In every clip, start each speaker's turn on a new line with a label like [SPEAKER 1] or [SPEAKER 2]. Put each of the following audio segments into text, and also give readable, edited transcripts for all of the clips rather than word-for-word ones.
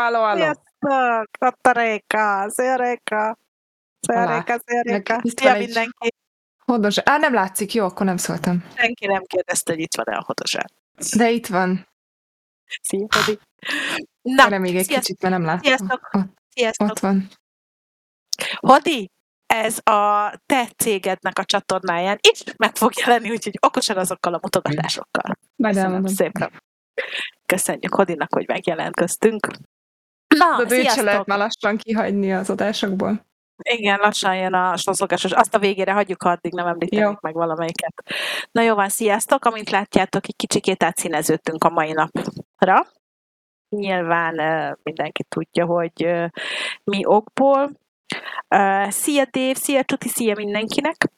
[SPEAKER 1] Aló.
[SPEAKER 2] Sziasztok! Ott a Réka! Szia Réka! Szia
[SPEAKER 1] Alá.
[SPEAKER 2] Réka, szia Réka!
[SPEAKER 1] Itt
[SPEAKER 2] Szia
[SPEAKER 1] van egy
[SPEAKER 2] mindenki!
[SPEAKER 1] hódos... nem látszik, jó, akkor nem szóltam.
[SPEAKER 2] Senki nem kérdezte, hogy itt van-e a hodosár.
[SPEAKER 1] De itt van.
[SPEAKER 2] Szia, Hodi! Na,
[SPEAKER 1] Gyere még egy kicsit, mert nem látom.
[SPEAKER 2] sziasztok! Sziasztok!
[SPEAKER 1] Ott van.
[SPEAKER 2] Hodi, ez a te cégednek a csatornáján is meg fog jelenni, úgyhogy okosan azokkal a mutogatásokkal.
[SPEAKER 1] Majd
[SPEAKER 2] Köszönöm
[SPEAKER 1] elmondom.
[SPEAKER 2] szépen. Köszönjük Hodinak, hogy megjelent köztünk. Na,
[SPEAKER 1] De őt se lehet
[SPEAKER 2] sziasztok!
[SPEAKER 1] már lassan kihagyni az adásokból.
[SPEAKER 2] Igen, lassan jön a szozogásos. Azt a végére hagyjuk, ha addig nem említenék
[SPEAKER 1] Jó.
[SPEAKER 2] meg valamelyiket. Na jó van, sziasztok! Amint látjátok, egy kicsikét átszíneződtünk a mai napra. Nyilván mindenki tudja, hogy mi okból. Szia Dave, szia Csuti, szia mindenkinek!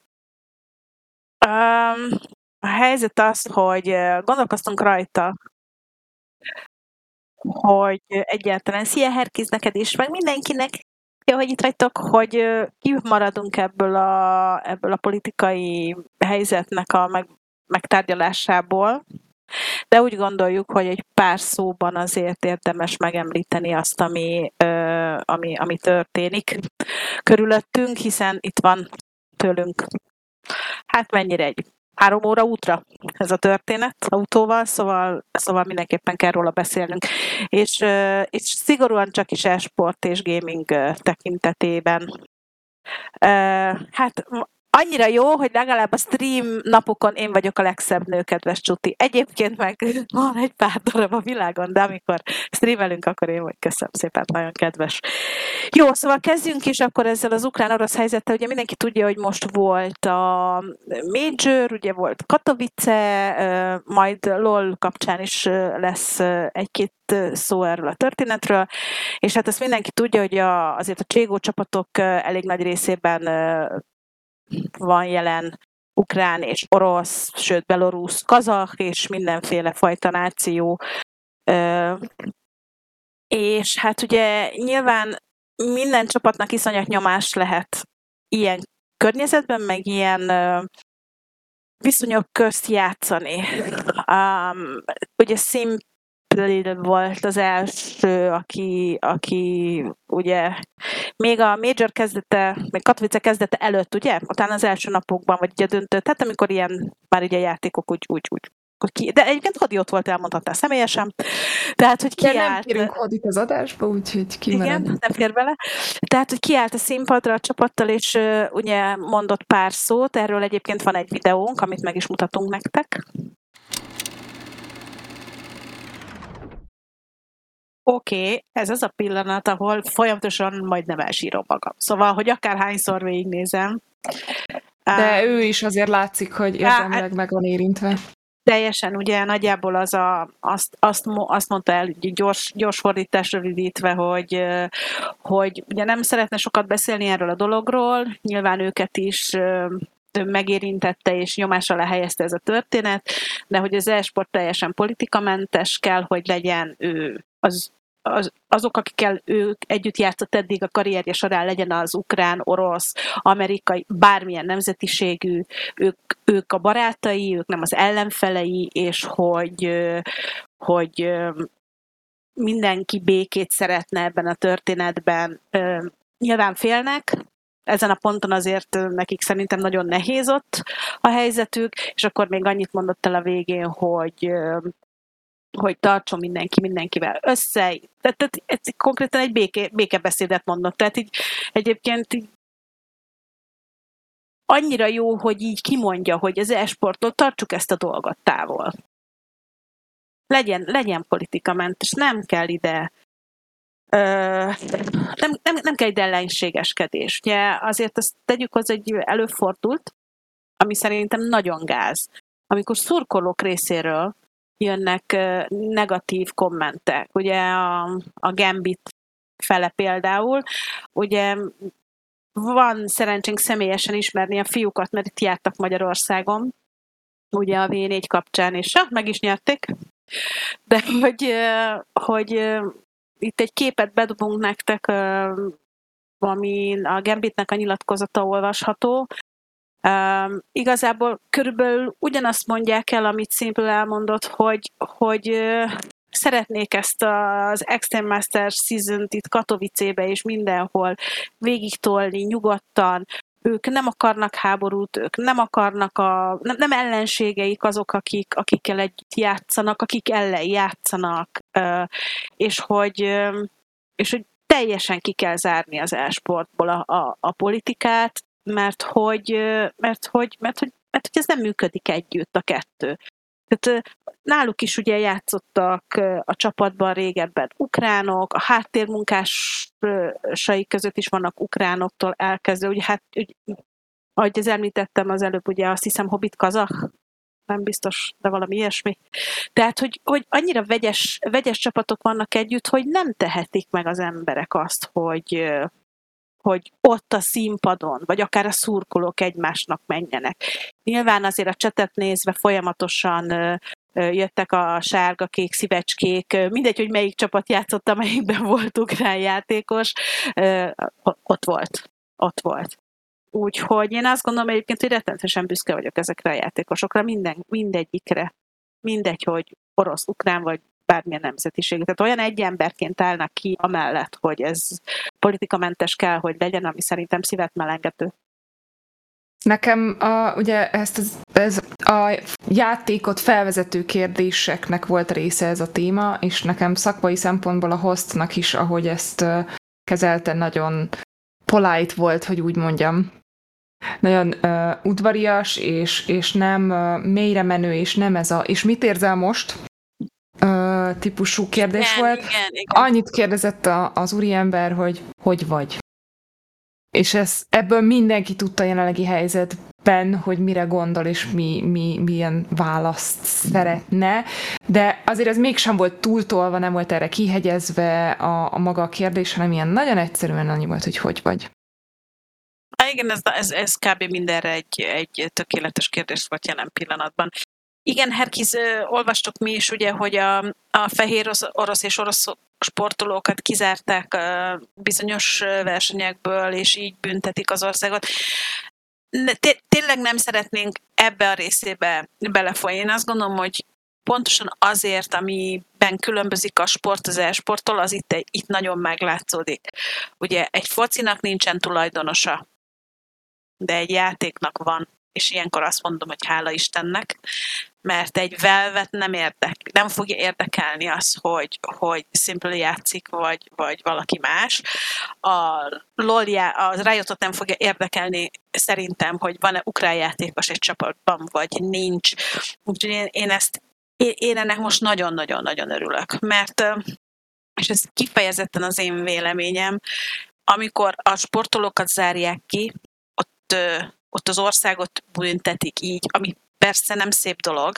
[SPEAKER 2] A helyzet az, hogy gondolkoztunk rajta, hogy egyáltalán szia Herkiz neked is, meg mindenkinek, jó, hogy itt vagytok, hogy kimaradunk ebből a politikai helyzetnek a megtárgyalásából, de úgy gondoljuk, hogy egy pár szóban azért érdemes megemlíteni azt, ami történik körülöttünk, hiszen itt van tőlünk, hát mennyire egy 3 óra útra ez a történet autóval, szóval mindenképpen kell róla beszélnünk. És szigorúan csak is e-sport és gaming tekintetében. Hát annyira jó, hogy legalább a stream napokon én vagyok a legszebb nő, kedves Csuti. Egyébként meg van egy pár darab a világon, de amikor streamelünk, akkor én vagy. Köszönöm szépen, nagyon kedves. Jó, szóval kezdjünk is akkor ezzel az ukrán-orosz helyzettel. Ugye mindenki tudja, hogy most volt a Major, ugye volt Katowice, majd LOL kapcsán is lesz egy-két szó erről a történetről, és hát ezt mindenki tudja, hogy azért a Cségó csapatok elég nagy részében van jelen ukrán és orosz, sőt belorusz, kazah és mindenféle fajta náció. És hát ugye nyilván minden csapatnak iszonyat nyomás lehet ilyen környezetben, meg ilyen viszonyok közt játszani. Ugye Simple volt az első, aki ugye még a Major kezdete, még Katowice kezdete előtt, ugye? Utána az első napokban, vagy ugye döntött, tehát amikor ilyen már ugye játékok úgy de egyébként Hodi ott volt, elmondhatná személyesen. Tehát, hogy kiállt...
[SPEAKER 1] De nem kérünk Hodit az adásba, úgyhogy kimarad.
[SPEAKER 2] Igen, nem fér bele. Tehát, hogy kiállt a színpadra a csapattal, és ugye mondott pár szót. Erről egyébként van egy videónk, amit meg is mutatunk nektek. Oké, ez az a pillanat, ahol folyamatosan majdnem elsírom magam. Szóval, hogy akárhányszor végignézem.
[SPEAKER 1] De ő is azért látszik, hogy érzelmileg meg van érintve.
[SPEAKER 2] Teljesen, ugye nagyjából azt mondta el gyors fordítás rövidítve, hogy ugye nem szeretne sokat beszélni erről a dologról, nyilván őket is megérintette és nyomás alá helyezte ez a történet, de hogy az e-sport teljesen politikamentes kell, hogy legyen ő azok, akikkel ő együtt játszott eddig a karrierje során, legyen az ukrán, orosz, amerikai, bármilyen nemzetiségű, ők a barátai, ők nem az ellenfelei, és hogy mindenki békét szeretne ebben a történetben. Nyilván félnek, ezen a ponton azért nekik szerintem nagyon nehéz ott a helyzetük, és akkor még annyit mondott el a végén, hogy tartson mindenkivel össze. Tehát ez konkrétan egy békebeszédet mondott. Tehát így egyébként így annyira jó, hogy így kimondja, hogy az e-sporttól tartsuk ezt a dolgot távol. Legyen politikamentes, nem kell ide nem kell ide ellenségeskedés. Ugye azért azt tegyük hozzá, hogy előfordult, ami szerintem nagyon gáz. Amikor szurkolók részéről jönnek negatív kommentek. Ugye a Gambit fele például, ugye van szerencsénk személyesen ismerni a fiúkat, mert itt jártak Magyarországon, ugye a V4 kapcsán, és meg is nyerték, de hogy itt egy képet bedobunk nektek, ami a Gambitnek a nyilatkozata olvasható. Igazából körülbelül ugyanazt mondják el, amit Simple elmondott, hogy szeretnék ezt az Extreme Masters Season-t itt Katowicébe és mindenhol végigtolni nyugodtan. Ők nem akarnak háborút, ők nem akarnak nem ellenségeik azok, akikkel együtt játszanak, akik ellen játszanak, és hogy teljesen ki kell zárni az e-sportból a politikát, mert hogy ez nem működik együtt a kettő. Tehát náluk is ugye játszottak a csapatban régebben ukránok, a háttérmunkásai között is vannak ukránoktól elkezdve, ugye hát, ahogy az említettem az előbb, ugye azt hiszem Hobbit kazah, nem biztos, de valami ilyesmi. Tehát, hogy annyira vegyes csapatok vannak együtt, hogy nem tehetik meg az emberek azt, hogy ott a színpadon, vagy akár a szurkolók egymásnak menjenek. Nyilván azért a csetet nézve folyamatosan jöttek a sárga, kék szívecskék, mindegy, hogy melyik csapat játszott, amelyikben volt ukrán játékos, ott volt. Úgyhogy én azt gondolom egyébként, hogy rettenetesen büszke vagyok ezekre a játékosokra, mindegyikre. Mindegy, hogy orosz, ukrán vagy bármilyen nemzetiség. Tehát olyan egy emberként állnak ki amellett, hogy ez politikamentes kell, hogy legyen, ami szerintem szívet melengető.
[SPEAKER 1] Nekem ugye ez a játékot felvezető kérdéseknek volt része ez a téma, és nekem szakmai szempontból a hostnak is, ahogy ezt kezelte, nagyon polite volt, hogy úgy mondjam. Nagyon udvarias, és nem mélyre menő, és nem ez és mit érzel most? Típusú kérdés volt.
[SPEAKER 2] Igen.
[SPEAKER 1] Annyit kérdezett az úriember, hogy vagy. És ebből mindenki tudta a jelenlegi helyzetben, hogy mire gondol, és milyen választ szeretne. De azért ez mégsem volt túltolva, nem volt erre kihegyezve a maga a kérdés, hanem ilyen nagyon egyszerűen annyi volt, hogy vagy.
[SPEAKER 2] Igen, ez kb. Mindenre egy tökéletes kérdés volt jelen pillanatban. Igen, Herkiz, olvastuk mi is, ugye, hogy a fehér orosz és orosz sportolókat kizárták bizonyos versenyekből, és így büntetik az országot. Tényleg nem szeretnénk ebbe a részébe belefolyni. Én azt gondolom, hogy pontosan azért, amiben különbözik a sport az e-sporttól, az itt nagyon meglátszódik. Ugye egy focinak nincsen tulajdonosa, de egy játéknak van. És ilyenkor azt mondom, hogy hála Istennek, mert egy Valve-et nem fogja érdekelni az, hogy Simple játszik, vagy valaki más. A Riotot nem fogja érdekelni szerintem, hogy van-e ukrán játékos egy csapatban, vagy nincs. Úgyhogy én ennek most nagyon-nagyon-nagyon örülök, mert, és ez kifejezetten az én véleményem, amikor a sportolókat zárják ki, ott az országot büntetik így, ami persze nem szép dolog,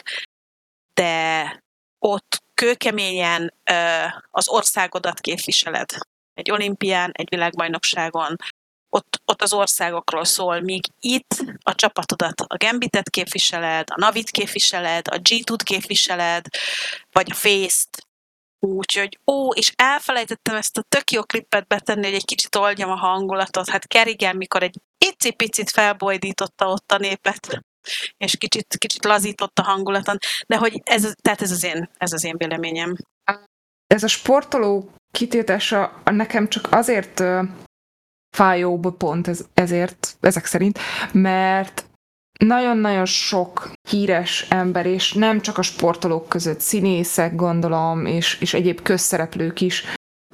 [SPEAKER 2] de ott kőkeményen az országodat képviseled. Egy olimpián, egy világbajnokságon, ott az országokról szól, míg itt a csapatodat, a Gambitet képviseled, a Navit képviseled, a G2-t képviseled, vagy a Face-t. Úgyhogy, és elfelejtettem ezt a tök jó klippet betenni, hogy egy kicsit oldjam a hangulatot. Hát Kerrigan, mikor egy icipicit felbojdította ott a népet, és kicsit lazított a hangulaton, de hogy ez az én véleményem.
[SPEAKER 1] Ez a sportoló kitiltása nekem csak azért fájóbb pont ezek szerint, mert nagyon-nagyon sok híres ember, és nem csak a sportolók között, színészek, gondolom, és egyéb közszereplők is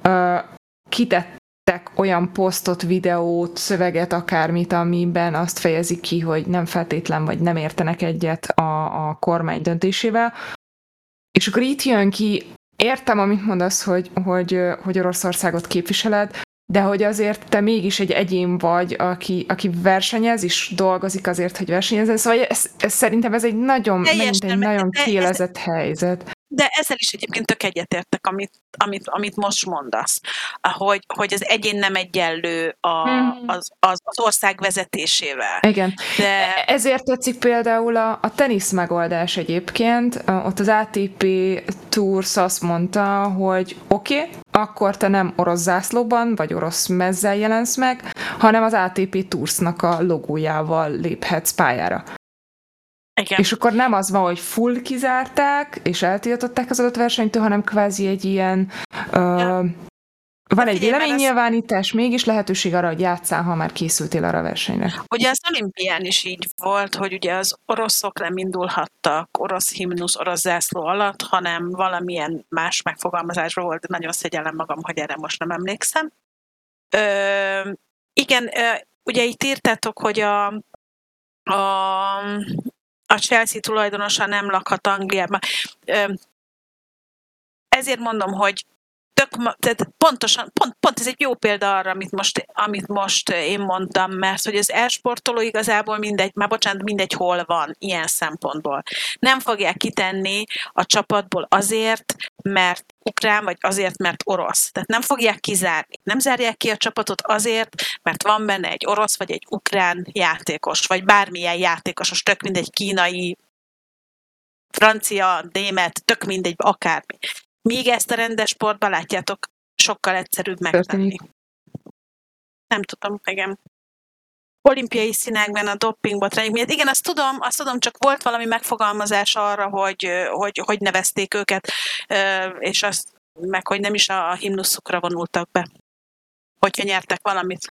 [SPEAKER 1] kitettek olyan posztot, videót, szöveget, akármit, amiben azt fejezik ki, hogy nem feltétlen, vagy nem értenek egyet a kormány döntésével. És akkor itt jön ki, értem, amit mondasz, hogy Oroszországot képviseled, de hogy azért te mégis egy egyén vagy, aki versenyez, és dolgozik azért, hogy versenyezzen. Szóval szerintem ez egy nagyon kiélezett helyzet.
[SPEAKER 2] De ezzel is egyébként tök egyetértek, amit most mondasz, hogy az egyén nem egyenlő az ország vezetésével.
[SPEAKER 1] Igen. De ezért tetszik például a tenisz megoldás egyébként. Ott az ATP Tours azt mondta, hogy oké, akkor te nem orosz zászlóban, vagy orosz mezzel jelensz meg, hanem az ATP Toursnak a logójával léphetsz pályára.
[SPEAKER 2] Igen.
[SPEAKER 1] És akkor nem az van, hogy full kizárták, és eltiltották az adott versenytől, hanem kvázi egy ilyen... Van egy véleménynyilvánítás, mégis lehetőség arra, hogy játsszál, ha már készültél arra a versenyre.
[SPEAKER 2] Ugye az olimpián is így volt, hogy ugye az oroszok nem indulhattak orosz himnusz, orosz zászló alatt, hanem valamilyen más megfogalmazásban volt, de nagyon szégyellem magam, hogy erre most nem emlékszem. Igen, ugye itt írtátok, hogy a Chelsea tulajdonosa nem lakhat Angliában. Ezért mondom, hogy tehát pontosan, pont ez egy jó példa arra, amit most én mondtam, mert hogy az e-sportoló igazából mindegy hol van ilyen szempontból. Nem fogják kitenni a csapatból azért, mert ukrán, vagy azért, mert orosz. Tehát nem fogják kizárni. Nem zárják ki a csapatot azért, mert van benne egy orosz, vagy egy ukrán játékos, vagy bármilyen játékos, most tök mindegy kínai, francia, német, tök mindegy, akármi. Míg ezt a rendes sportban látjátok, sokkal egyszerűbb megtenni. Nem tudom, igen. Olimpiai színekben a dopingbotrány miatt. Igen, azt tudom, csak volt valami megfogalmazás arra, hogy nevezték őket, és azt, meg hogy nem is a himnuszukra vonultak be, hogyha nyertek valamit.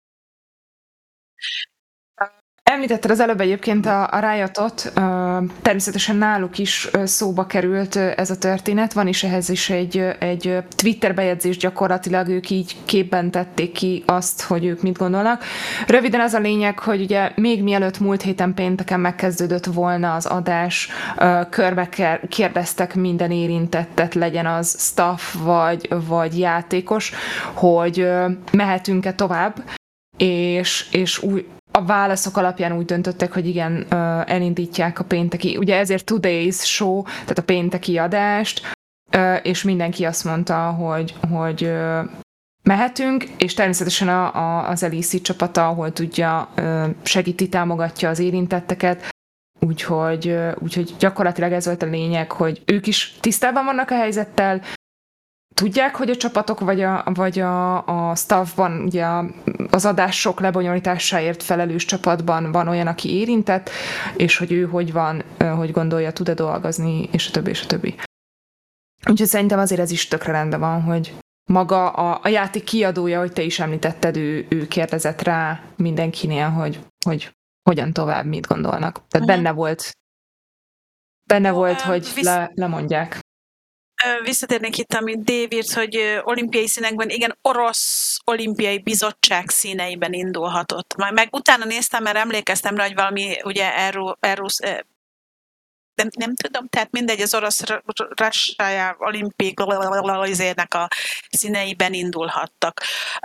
[SPEAKER 1] Említetted az előbb egyébként a Riotot, természetesen náluk is szóba került ez a történet, van is ehhez is egy Twitter bejegyzés, gyakorlatilag ők így képben tették ki azt, hogy ők mit gondolnak. Röviden az a lényeg, hogy ugye még mielőtt múlt héten pénteken megkezdődött volna az adás, körbe kérdeztek minden érintettet, legyen az staff vagy játékos, hogy mehetünk-e tovább, és a válaszok alapján úgy döntöttek, hogy igen, elindítják a pénteki, ugye ezért Today's Show, tehát a pénteki adást, és mindenki azt mondta, hogy mehetünk, és természetesen az LEC csapata, ahol tudja, segíti, támogatja az érintetteket, úgyhogy gyakorlatilag ez volt a lényeg, hogy ők is tisztában vannak a helyzettel, tudják, hogy a csapatok vagy a staffban, ugye az adások lebonyolításáért felelős csapatban van olyan, aki érintett, és hogy ő hogy van, hogy gondolja, tud-e dolgozni, és a többi, és a többi. Úgyhogy szerintem azért ez is tökre rendben van, hogy maga a játék kiadója, hogy te is említetted, ő kérdezett rá mindenkinél, hogy hogyan tovább, mit gondolnak. Tehát benne volt, hogy lemondják.
[SPEAKER 2] Visszatérnék itt, amit Dave írt, hogy olimpiai színekben, igen, orosz olimpiai bizottság színeiben indulhatott. Meg utána néztem, mert emlékeztem rá, hogy valami, ugye, nem tudom, tehát mindegy, az orosz Russia olimpik a színeiben indulhattak.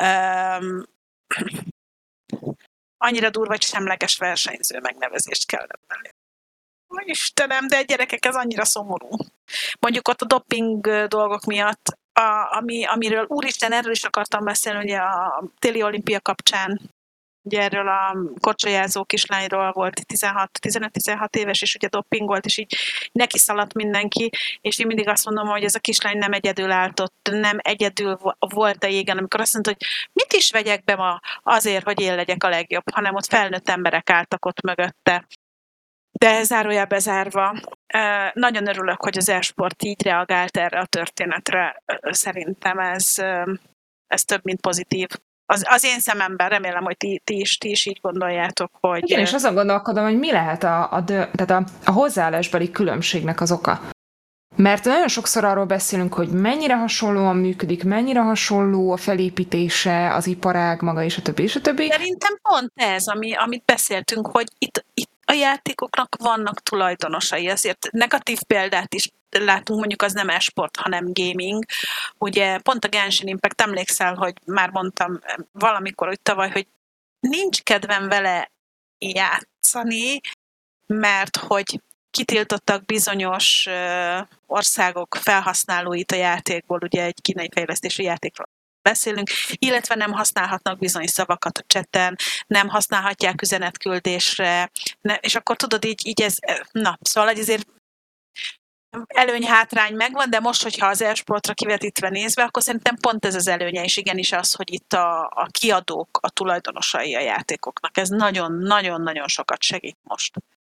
[SPEAKER 2] Annyira durva, hogy semleges versenyző megnevezést kellett mellé. Istenem, de gyerekek, ez annyira szomorú. Mondjuk ott a doping dolgok miatt, amiről, úristen, erről is akartam beszélni, ugye a téli olimpia kapcsán, ugye erről a korcsolyázó kislányról volt 15-16 éves, és ugye doping volt, és így neki szaladt mindenki, és én mindig azt mondom, hogy ez a kislány nem egyedül állt ott, nem egyedül volt a jégen, amikor azt mondta, hogy mit is vegyek be ma azért, hogy én legyek a legjobb, hanem ott felnőtt emberek álltak ott mögötte. De zárójelbe bezárva, nagyon örülök, hogy az e-sport így reagált erre a történetre. Szerintem ez több, mint pozitív. Az én szememben, remélem, hogy ti is így gondoljátok, hogy...
[SPEAKER 1] Igen, és azon gondolkodom, hogy mi lehet tehát a hozzáállásbeli különbségnek az oka. Mert nagyon sokszor arról beszélünk, hogy mennyire hasonlóan működik, mennyire hasonló a felépítése, az iparág maga, és a többi, és a többi.
[SPEAKER 2] Szerintem pont ez, amit beszéltünk, hogy itt a játékoknak vannak tulajdonosai, ezért negatív példát is látunk, mondjuk az nem e-sport, hanem gaming. Ugye pont a Genshin Impact, emlékszel, hogy már mondtam valamikor, hogy tavaly, hogy nincs kedvem vele játszani, mert hogy kitiltottak bizonyos országok felhasználóit a játékból, ugye egy kínai fejlesztésű játékról beszélünk, illetve nem használhatnak bizonyos szavakat a chatten, nem használhatják üzenetküldésre, és akkor tudod, így ez, szóval azért előny-hátrány megvan, de most, hogyha az e-sportra kivetítve nézve, akkor szerintem pont ez az előnye, és igenis az, hogy itt a kiadók, a tulajdonosai a játékoknak. Ez nagyon-nagyon-nagyon sokat segít most.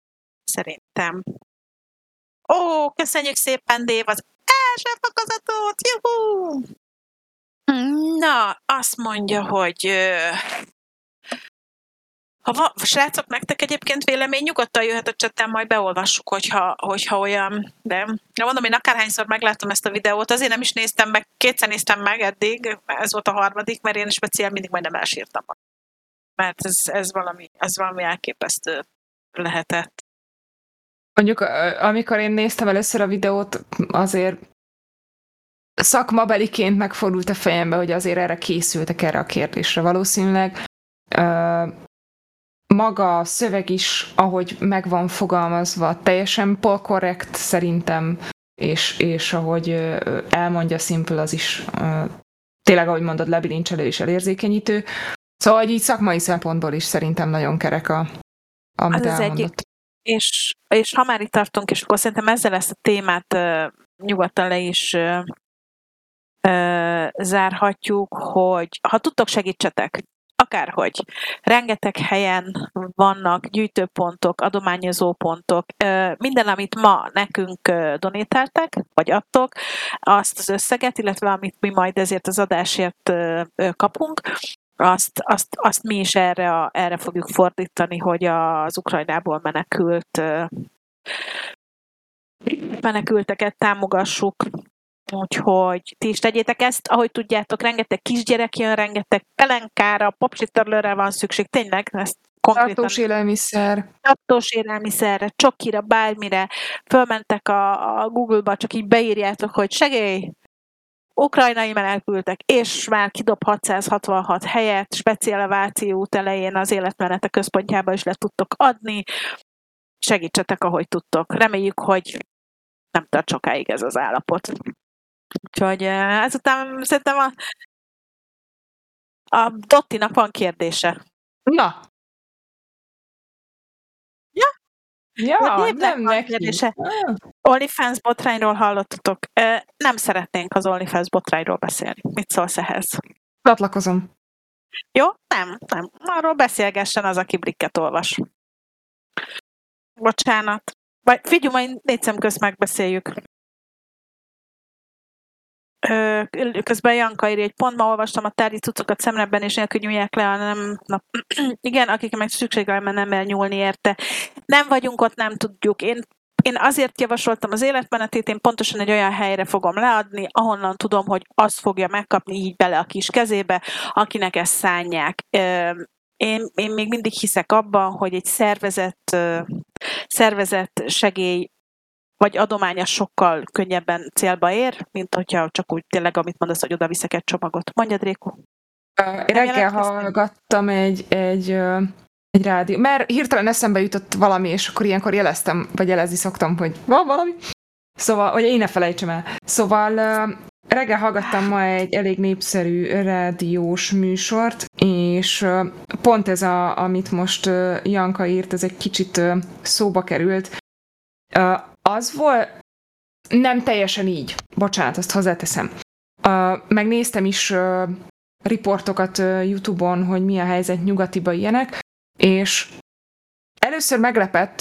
[SPEAKER 2] szerintem. Ó, köszönjük szépen, Dév, az első fokozatot! Juhú! Na, azt mondja, hogy srácok, nektek egyébként vélemény, nyugodtan jöhet a chatten, majd beolvassuk, hogyha olyan, de mondom, én akárhányszor meglátom ezt a videót, azért nem is néztem meg, kétszer néztem meg eddig, ez volt a harmadik, mert én speciál mindig majdnem elsírtam. Mert ez valami elképesztő lehetett.
[SPEAKER 1] Mondjuk, amikor én néztem először a videót, azért szakmabeliként megfordult a fejembe, hogy azért erre készültek erre a kérdésre valószínűleg. Maga a szöveg is, ahogy meg van fogalmazva, teljesen polkorrekt szerintem, és ahogy elmondja Simple, az is tényleg, ahogy mondod, lebilincselő és elérzékenyítő. Szóval, hogy így szakmai szempontból is szerintem nagyon kerek, amit
[SPEAKER 2] az
[SPEAKER 1] elmondott.
[SPEAKER 2] egyik. És ha már itt tartunk, és akkor szerintem ezzel ezt a témát nyugodtan le is zárhatjuk, hogy ha tudtok, segítsetek. Akárhogy. Rengeteg helyen vannak gyűjtőpontok, adományozópontok, minden, amit ma nekünk donétáltak, vagy adtok, azt az összeget, illetve amit mi majd ezért az adásért kapunk, azt mi is erre fogjuk fordítani, hogy az Ukrajnából menekülteket támogassuk. Úgyhogy ti is tegyétek ezt, ahogy tudjátok, rengeteg kisgyerek jön, rengeteg pelenkára, popsitörlőre van szükség, tényleg, ezt konkrétan... Tartós élelmiszerre, csokira, bármire. Fölmentek a Google-ba, csak így beírjátok, hogy segély, ukrajnai menekültek, és már kidob 666 helyet, speciál a Váci út elején az életmenete központjába is le tudtok adni. Segítsetek, ahogy tudtok. Reméljük, hogy nem tart sokáig ez az állapot. Úgyhogy ezután szerintem a Dottinak van kérdése.
[SPEAKER 1] Na! Ja, nem neki.
[SPEAKER 2] Kérdése. OnlyFans botrányról hallottatok? Nem szeretnénk az OnlyFans botrányról beszélni. Mit szólsz ehhez?
[SPEAKER 1] Csatlakozom.
[SPEAKER 2] Jó? Nem. Arról beszélgessen az, aki blikket olvas. Bocsánat. Vagy figyelj, majd 4 szem közt megbeszéljük. Közben Janka írja, hogy pont ma olvastam a tárgyi cuccokat szemrebben, és nélkül nyúlják le, hanem... Igen, akik meg szükségre nem elnyúlni érte. Nem vagyunk ott, nem tudjuk. Én azért javasoltam az életmenetét, én pontosan egy olyan helyre fogom leadni, ahonnan tudom, hogy azt fogja megkapni így bele a kis kezébe, akinek ezt szánják. Én még mindig hiszek abban, hogy egy szervezett segély vagy adománya sokkal könnyebben célba ér, mint hogyha csak úgy tényleg, amit mondasz, hogy oda viszek egy csomagot. Mondjad, Réko.
[SPEAKER 1] Reggel hallgattam egy rádió, mert hirtelen eszembe jutott valami, és akkor ilyenkor jeleztem, vagy jelezni szoktam, hogy van valami. Szóval, hogy én ne felejtsem el. Szóval reggel hallgattam ma egy elég népszerű rádiós műsort, és pont ez, amit most Janka írt, ez egy kicsit szóba került. Az volt, nem teljesen így, bocsánat, azt hozzáteszem. Megnéztem is riportokat YouTube-on, hogy mi a helyzet nyugatiba ilyenek, és először meglepett,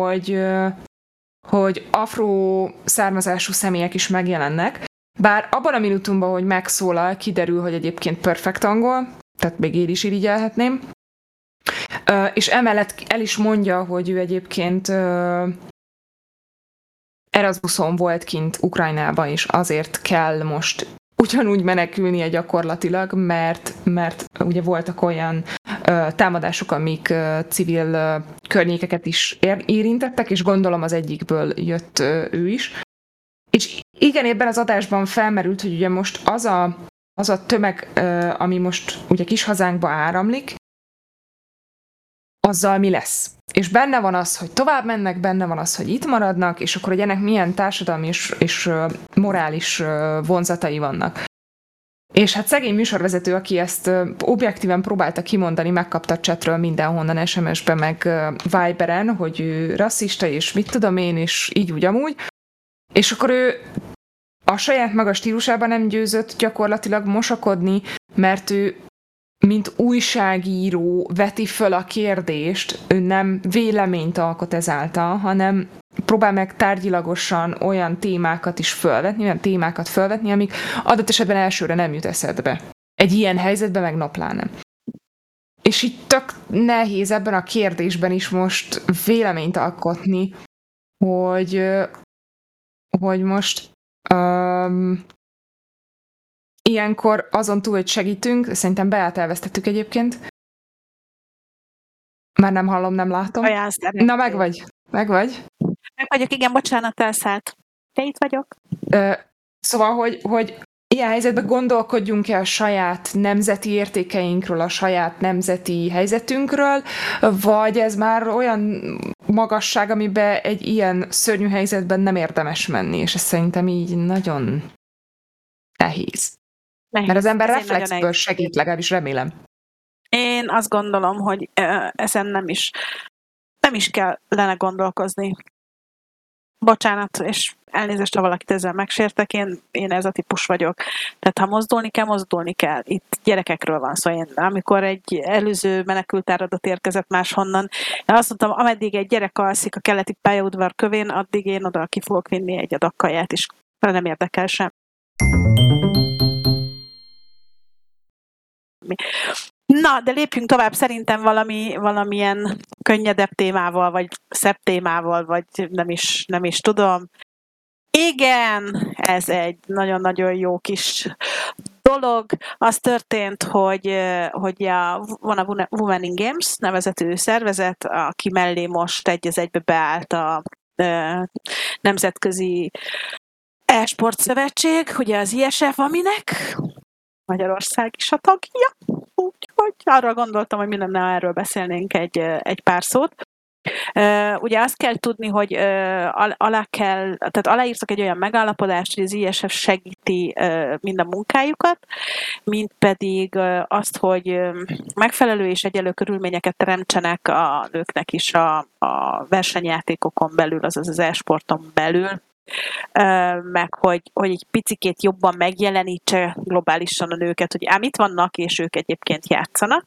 [SPEAKER 1] hogy afro származású személyek is megjelennek, bár abban a minutumban, hogy megszólal, kiderül, hogy egyébként perfekt angol, tehát még én is irigyelhetném, és emellett el is mondja, hogy ő egyébként Erasmuson volt kint Ukrajnában, és azért kell most ugyanúgy menekülnie gyakorlatilag, mert ugye voltak olyan támadások, amik civil környékeket is érintettek, és gondolom az egyikből jött ő is. És igen, ebben az adásban felmerült, hogy ugye most az a tömeg, ami most ugye kis hazánkba áramlik, azzal mi lesz. És benne van az, hogy tovább mennek, benne van az, hogy itt maradnak, és akkor, hogy ennek milyen társadalmi és morális vonzatai vannak. És hát szegény műsorvezető, aki ezt objektíven próbálta kimondani, megkapta a chatről mindenhonnan, SMS-be, meg Viberen, hogy ő rasszista, és mit tudom én, és így úgy amúgy. És akkor ő a saját maga stílusában nem győzött gyakorlatilag mosakodni, mert ő mint újságíró veti föl a kérdést, ő nem véleményt alkot ezáltal, hanem próbál meg tárgyilagosan olyan témákat is fölvetni, olyan témákat fölvetni, amik adott esetben elsőre nem jut eszedbe. Egy ilyen helyzetben meg naplán nem. És így tök nehéz ebben a kérdésben is most véleményt alkotni, hogy most ilyenkor azon túl, hogy segítünk, szerintem Beát elvesztettük egyébként. Már nem hallom, nem látom. Na, megvagy.
[SPEAKER 2] Meg vagyok, igen, bocsánat, elszállt. Te itt vagyok.
[SPEAKER 1] Szóval, hogy ilyen helyzetben gondolkodjunk el a saját nemzeti értékeinkről, a saját nemzeti helyzetünkről, vagy ez már olyan magasság, amiben egy ilyen szörnyű helyzetben nem érdemes menni, és ez szerintem így nagyon nehéz. Mert az ember reflexből segít, legalábbis remélem.
[SPEAKER 2] Én azt gondolom, hogy ezen nem is kellene gondolkozni. Bocsánat, és elnézést, ha valakit ezzel megsértek, én ez a típus vagyok. Tehát ha mozdulni kell. Itt gyerekekről van szó. Én, amikor egy előző menekültáradat érkezett máshonnan, én azt mondtam, ameddig egy gyerek alszik a keleti pályaudvar kövén, addig én oda ki fogok vinni egy adag kaját, és nem érdekel sem. Na, de lépjünk tovább szerintem valamilyen könnyedebb témával, vagy szebb témával, vagy nem is tudom. Igen, ez egy nagyon-nagyon jó kis dolog. Az történt, hogy van a Women in Games nevezetű szervezet, aki mellé most egy az egybe beállt a Nemzetközi E-sport Szövetség, ugye az ISF, aminek Magyarország is a tagja. Úgyhogy arra gondoltam, hogy mi lenne, ha erről beszélnénk egy pár szót. Ugye azt kell tudni, hogy aláírtak egy olyan megállapodást, hogy az ISF segíti mind a munkájukat, mint pedig azt, hogy megfelelő és egyenlő körülményeket teremtsenek a nőknek is a versenyjátékokon belül, azaz az e-sporton belül, meg hogy egy picikét jobban megjelenítse globálisan a nőket, hogy ám itt vannak, és ők egyébként játszanak.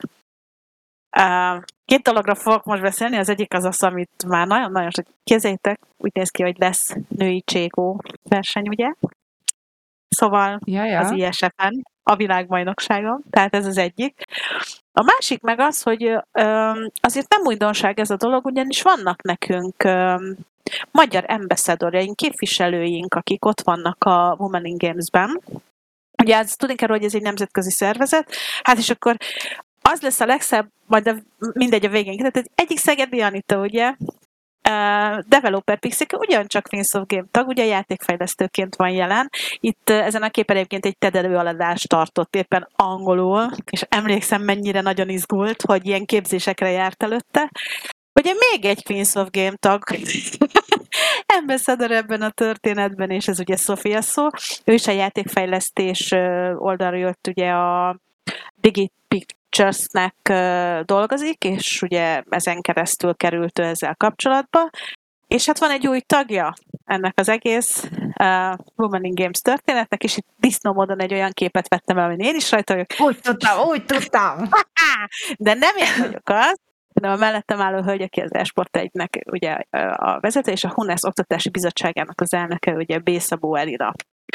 [SPEAKER 2] Két dologra fogok most beszélni, az egyik az, amit már nagyon-nagyon sok kézzétek, úgy néz ki, hogy lesz női cségó verseny, ugye? Szóval az ISF-en, a világbajnokságon, tehát ez az egyik. A másik meg az, hogy azért nem újdonság ez a dolog, ugyanis vannak nekünk magyar ambassadorjaink, képviselőink, akik ott vannak a Women in Games-ben. Ugye tudni kell, hogy ez egy nemzetközi szervezet, hát és akkor az lesz a legszebb, majd mindegy a végén. Tehát egyik Szegedi Anita, ugye, Developer Pixik, ugyancsak Queens of Game tag, ugye játékfejlesztőként van jelen. Itt ezen a képen egyébként egy TED előadást tartott éppen angolul, és emlékszem, mennyire nagyon izgult, hogy ilyen képzésekre járt előtte. Ugye még egy Queens of Game tag, ambassador ebben a történetben, és ez ugye Sofia szó. Ő is a játékfejlesztés oldalra jött, ugye a DigiPictures-nek dolgozik, és ugye ezen keresztül került ő ezzel kapcsolatba. És hát van egy új tagja ennek az egész Women in Games történetnek, és itt disznómódon egy olyan képet vettem el, amin én is rajta vagyok.
[SPEAKER 1] Úgy tudtam!
[SPEAKER 2] De nem én vagyok az, hanem a mellettem álló hölgy, aki az e-sport egynek ugye a vezető, és a HUNESZ Oktatási Bizottságának az elnöke, ugye B. Szabó Elina.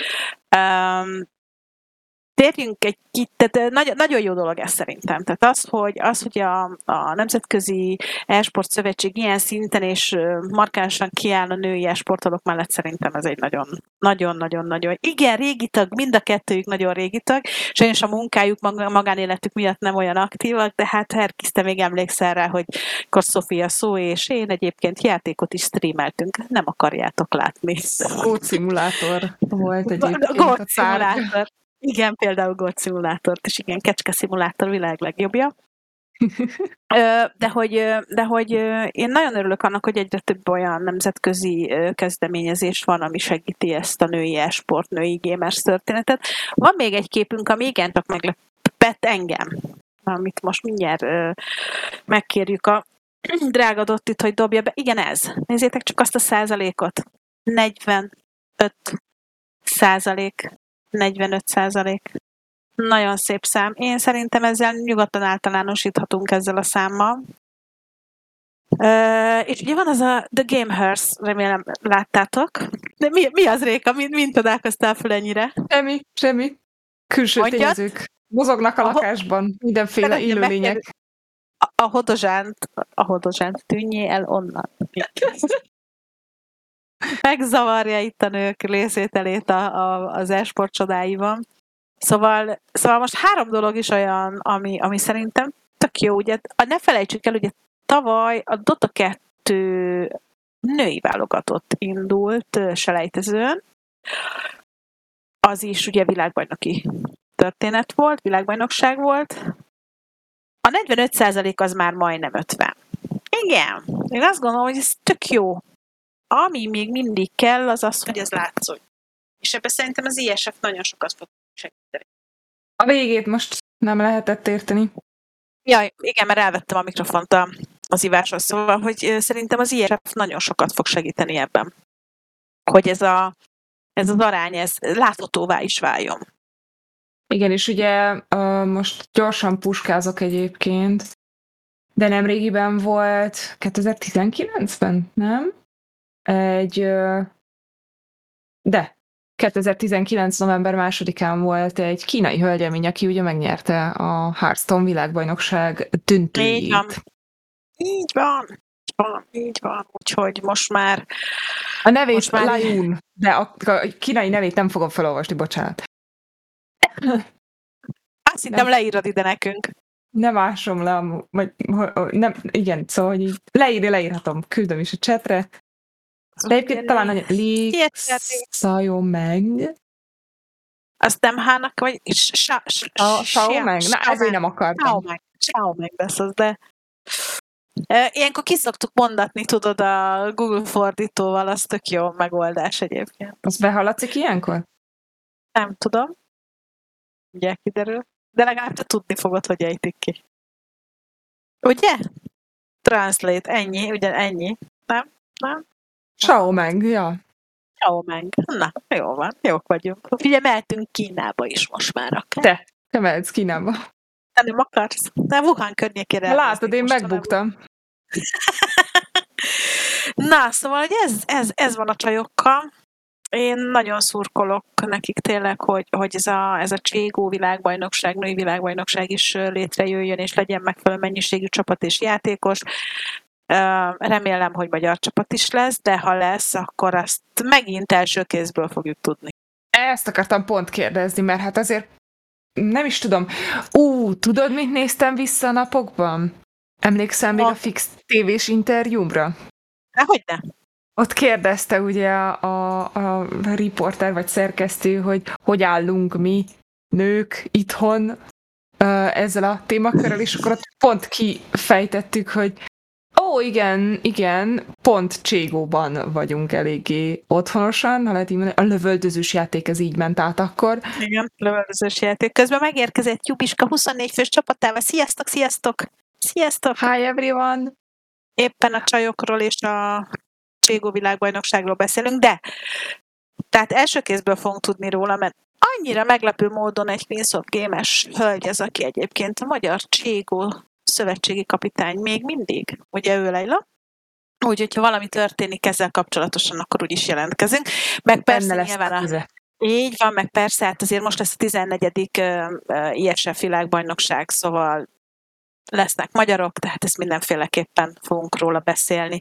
[SPEAKER 2] Térjünk tehát nagyon jó dolog ez szerintem. Tehát az, hogy a Nemzetközi E-sport Szövetség ilyen szinten és markánsan kiáll a női e-sportolók mellett, szerintem ez egy nagyon-nagyon-nagyon. Igen, régi tag, mind a kettőjük nagyon régi tag, sajnos a munkájuk, magánéletük miatt nem olyan aktívak, de hát Herkis, te még emlékszel rá, hogy akkor Sofia szó, és én egyébként játékot is streameltünk. Nem akarjátok látni.
[SPEAKER 1] Goat Simulator volt egyébként
[SPEAKER 2] a tárgy. Igen, például Goat Simulátort, és igen, Kecske Szimulátor világ legjobbja. De hogy én nagyon örülök annak, hogy egyre több olyan nemzetközi kezdeményezés van, ami segíti ezt a női e-sport, női gamers történetet. Van még egy képünk, ami igen csak meglepett engem, amit most mindjárt megkérjük a drága Dottit, hogy dobja be. Igen, ez. Nézzétek csak azt a százalékot. 45%. 45%. Nagyon szép szám. Én szerintem ezzel nyugodtan általánosíthatunk ezzel a számmal. És ugye van az a The Game Hearse, remélem láttátok. De mi az, Réka? Mint csodálkoztál föl ennyire?
[SPEAKER 1] Semmi. Külső
[SPEAKER 2] Mondjad?
[SPEAKER 1] tényezők. Mozognak a lakásban, mindenféle élőlények.
[SPEAKER 2] A hodozsánt tűnjé el onnan. Megzavarja itt a nők részvételét az e-sport csodáiban. Szóval most 3 dolog is olyan, ami szerintem tök jó. Ugye, ne felejtsük el, ugye tavaly a Dota 2 női válogatott indult selejtezőn. Az is ugye világbajnoki történet volt, világbajnokság volt. A 45% az már majdnem 50. Igen, én azt gondolom, hogy ez tök jó. Ami még mindig kell, az az, hogy ez látszódjon. És ebben szerintem az ISF nagyon sokat fog segíteni.
[SPEAKER 1] A végét most nem lehetett érteni.
[SPEAKER 2] Jaj, igen, mert elvettem a mikrofont az ivásról, szóval, hogy szerintem az ISF nagyon sokat fog segíteni ebben. Hogy ez az arány, ez láthatóvá is váljon.
[SPEAKER 1] Igen, és ugye most gyorsan puskázok egyébként, de nemrégiben volt 2019-ben, nem? De 2019. november 2-án volt egy kínai hölgyemény, aki ugye megnyerte a Hearthstone világbajnokság döntőjét.
[SPEAKER 2] Így van. Úgyhogy most már...
[SPEAKER 1] A nevét Lajun, de a kínai nevét nem fogom felolvasni, bocsánat.
[SPEAKER 2] Azt hittem leírod ide nekünk.
[SPEAKER 1] Nem ásom le, nem, igen, szóval hogy így leírhatom, küldöm is a chatre. De egyébként talán Szajó meg.
[SPEAKER 2] Azt nem Hának, vagy
[SPEAKER 1] Szajó meg? Na, ezért nem akartam.
[SPEAKER 2] Szajó meg lesz az, de... Ilyenkor ki szoktuk mondatni, tudod, a Google fordítóval, az tök jó megoldás egyébként.
[SPEAKER 1] Az behallatszik ilyenkor?
[SPEAKER 2] Nem tudom. Ugye kiderül. De legalább te tudni fogod, hogy ejtik ki. Ugye? Translate, ennyi, ugye ennyi. Nem?
[SPEAKER 1] Xiaomeng, ja.
[SPEAKER 2] Xiaomeng. Na, jó van, jók vagyunk. Ugye mehetünk Kínába is most már akár.
[SPEAKER 1] Te mehetsz Kínába.
[SPEAKER 2] Te nem akarsz? De Wuhan környékére.
[SPEAKER 1] Látod, én megbuktam.
[SPEAKER 2] Na, szóval, hogy ez van a csajokkal. Én nagyon szurkolok nekik tényleg, hogy ez a Cségó világbajnokság, női világbajnokság is létrejöjjön, és legyen megfelelő mennyiségű csapat és játékos. Remélem, hogy magyar csapat is lesz, de ha lesz, akkor azt megint első kézből fogjuk tudni.
[SPEAKER 1] Ezt akartam pont kérdezni, mert hát azért nem is tudom. Tudod, mit néztem vissza a napokban? Emlékszem még a Fix TV-s interjúmra?
[SPEAKER 2] Hogyne?
[SPEAKER 1] Ott kérdezte ugye a riporter vagy szerkesztő, hogy állunk mi nők itthon ezzel a témakörrel, és akkor ott pont kifejtettük, hogy igen, pont Cségóban vagyunk eléggé otthonosan, ha lehet így mondani, a lövöldözős játék ez így ment át akkor.
[SPEAKER 2] Igen, lövöldözős játék. Közben megérkezett Jubiska 24 fős csapatával. Sziasztok!
[SPEAKER 1] Hi everyone!
[SPEAKER 2] Éppen a csajokról és a Cségó világbajnokságról beszélünk, de tehát első kézből fogunk tudni róla, mert annyira meglepő módon egy Queens of Game-es hölgy az, aki egyébként a magyar Cségó szövetségi kapitány még mindig, ugye ő Leila? Úgyhogy, ha valami történik ezzel kapcsolatosan, akkor úgyis jelentkezünk. Meg persze nyilván így van, meg persze, hát azért most lesz a 14. ISF világbajnokság, szóval lesznek magyarok, tehát ezt mindenféleképpen fogunk róla beszélni.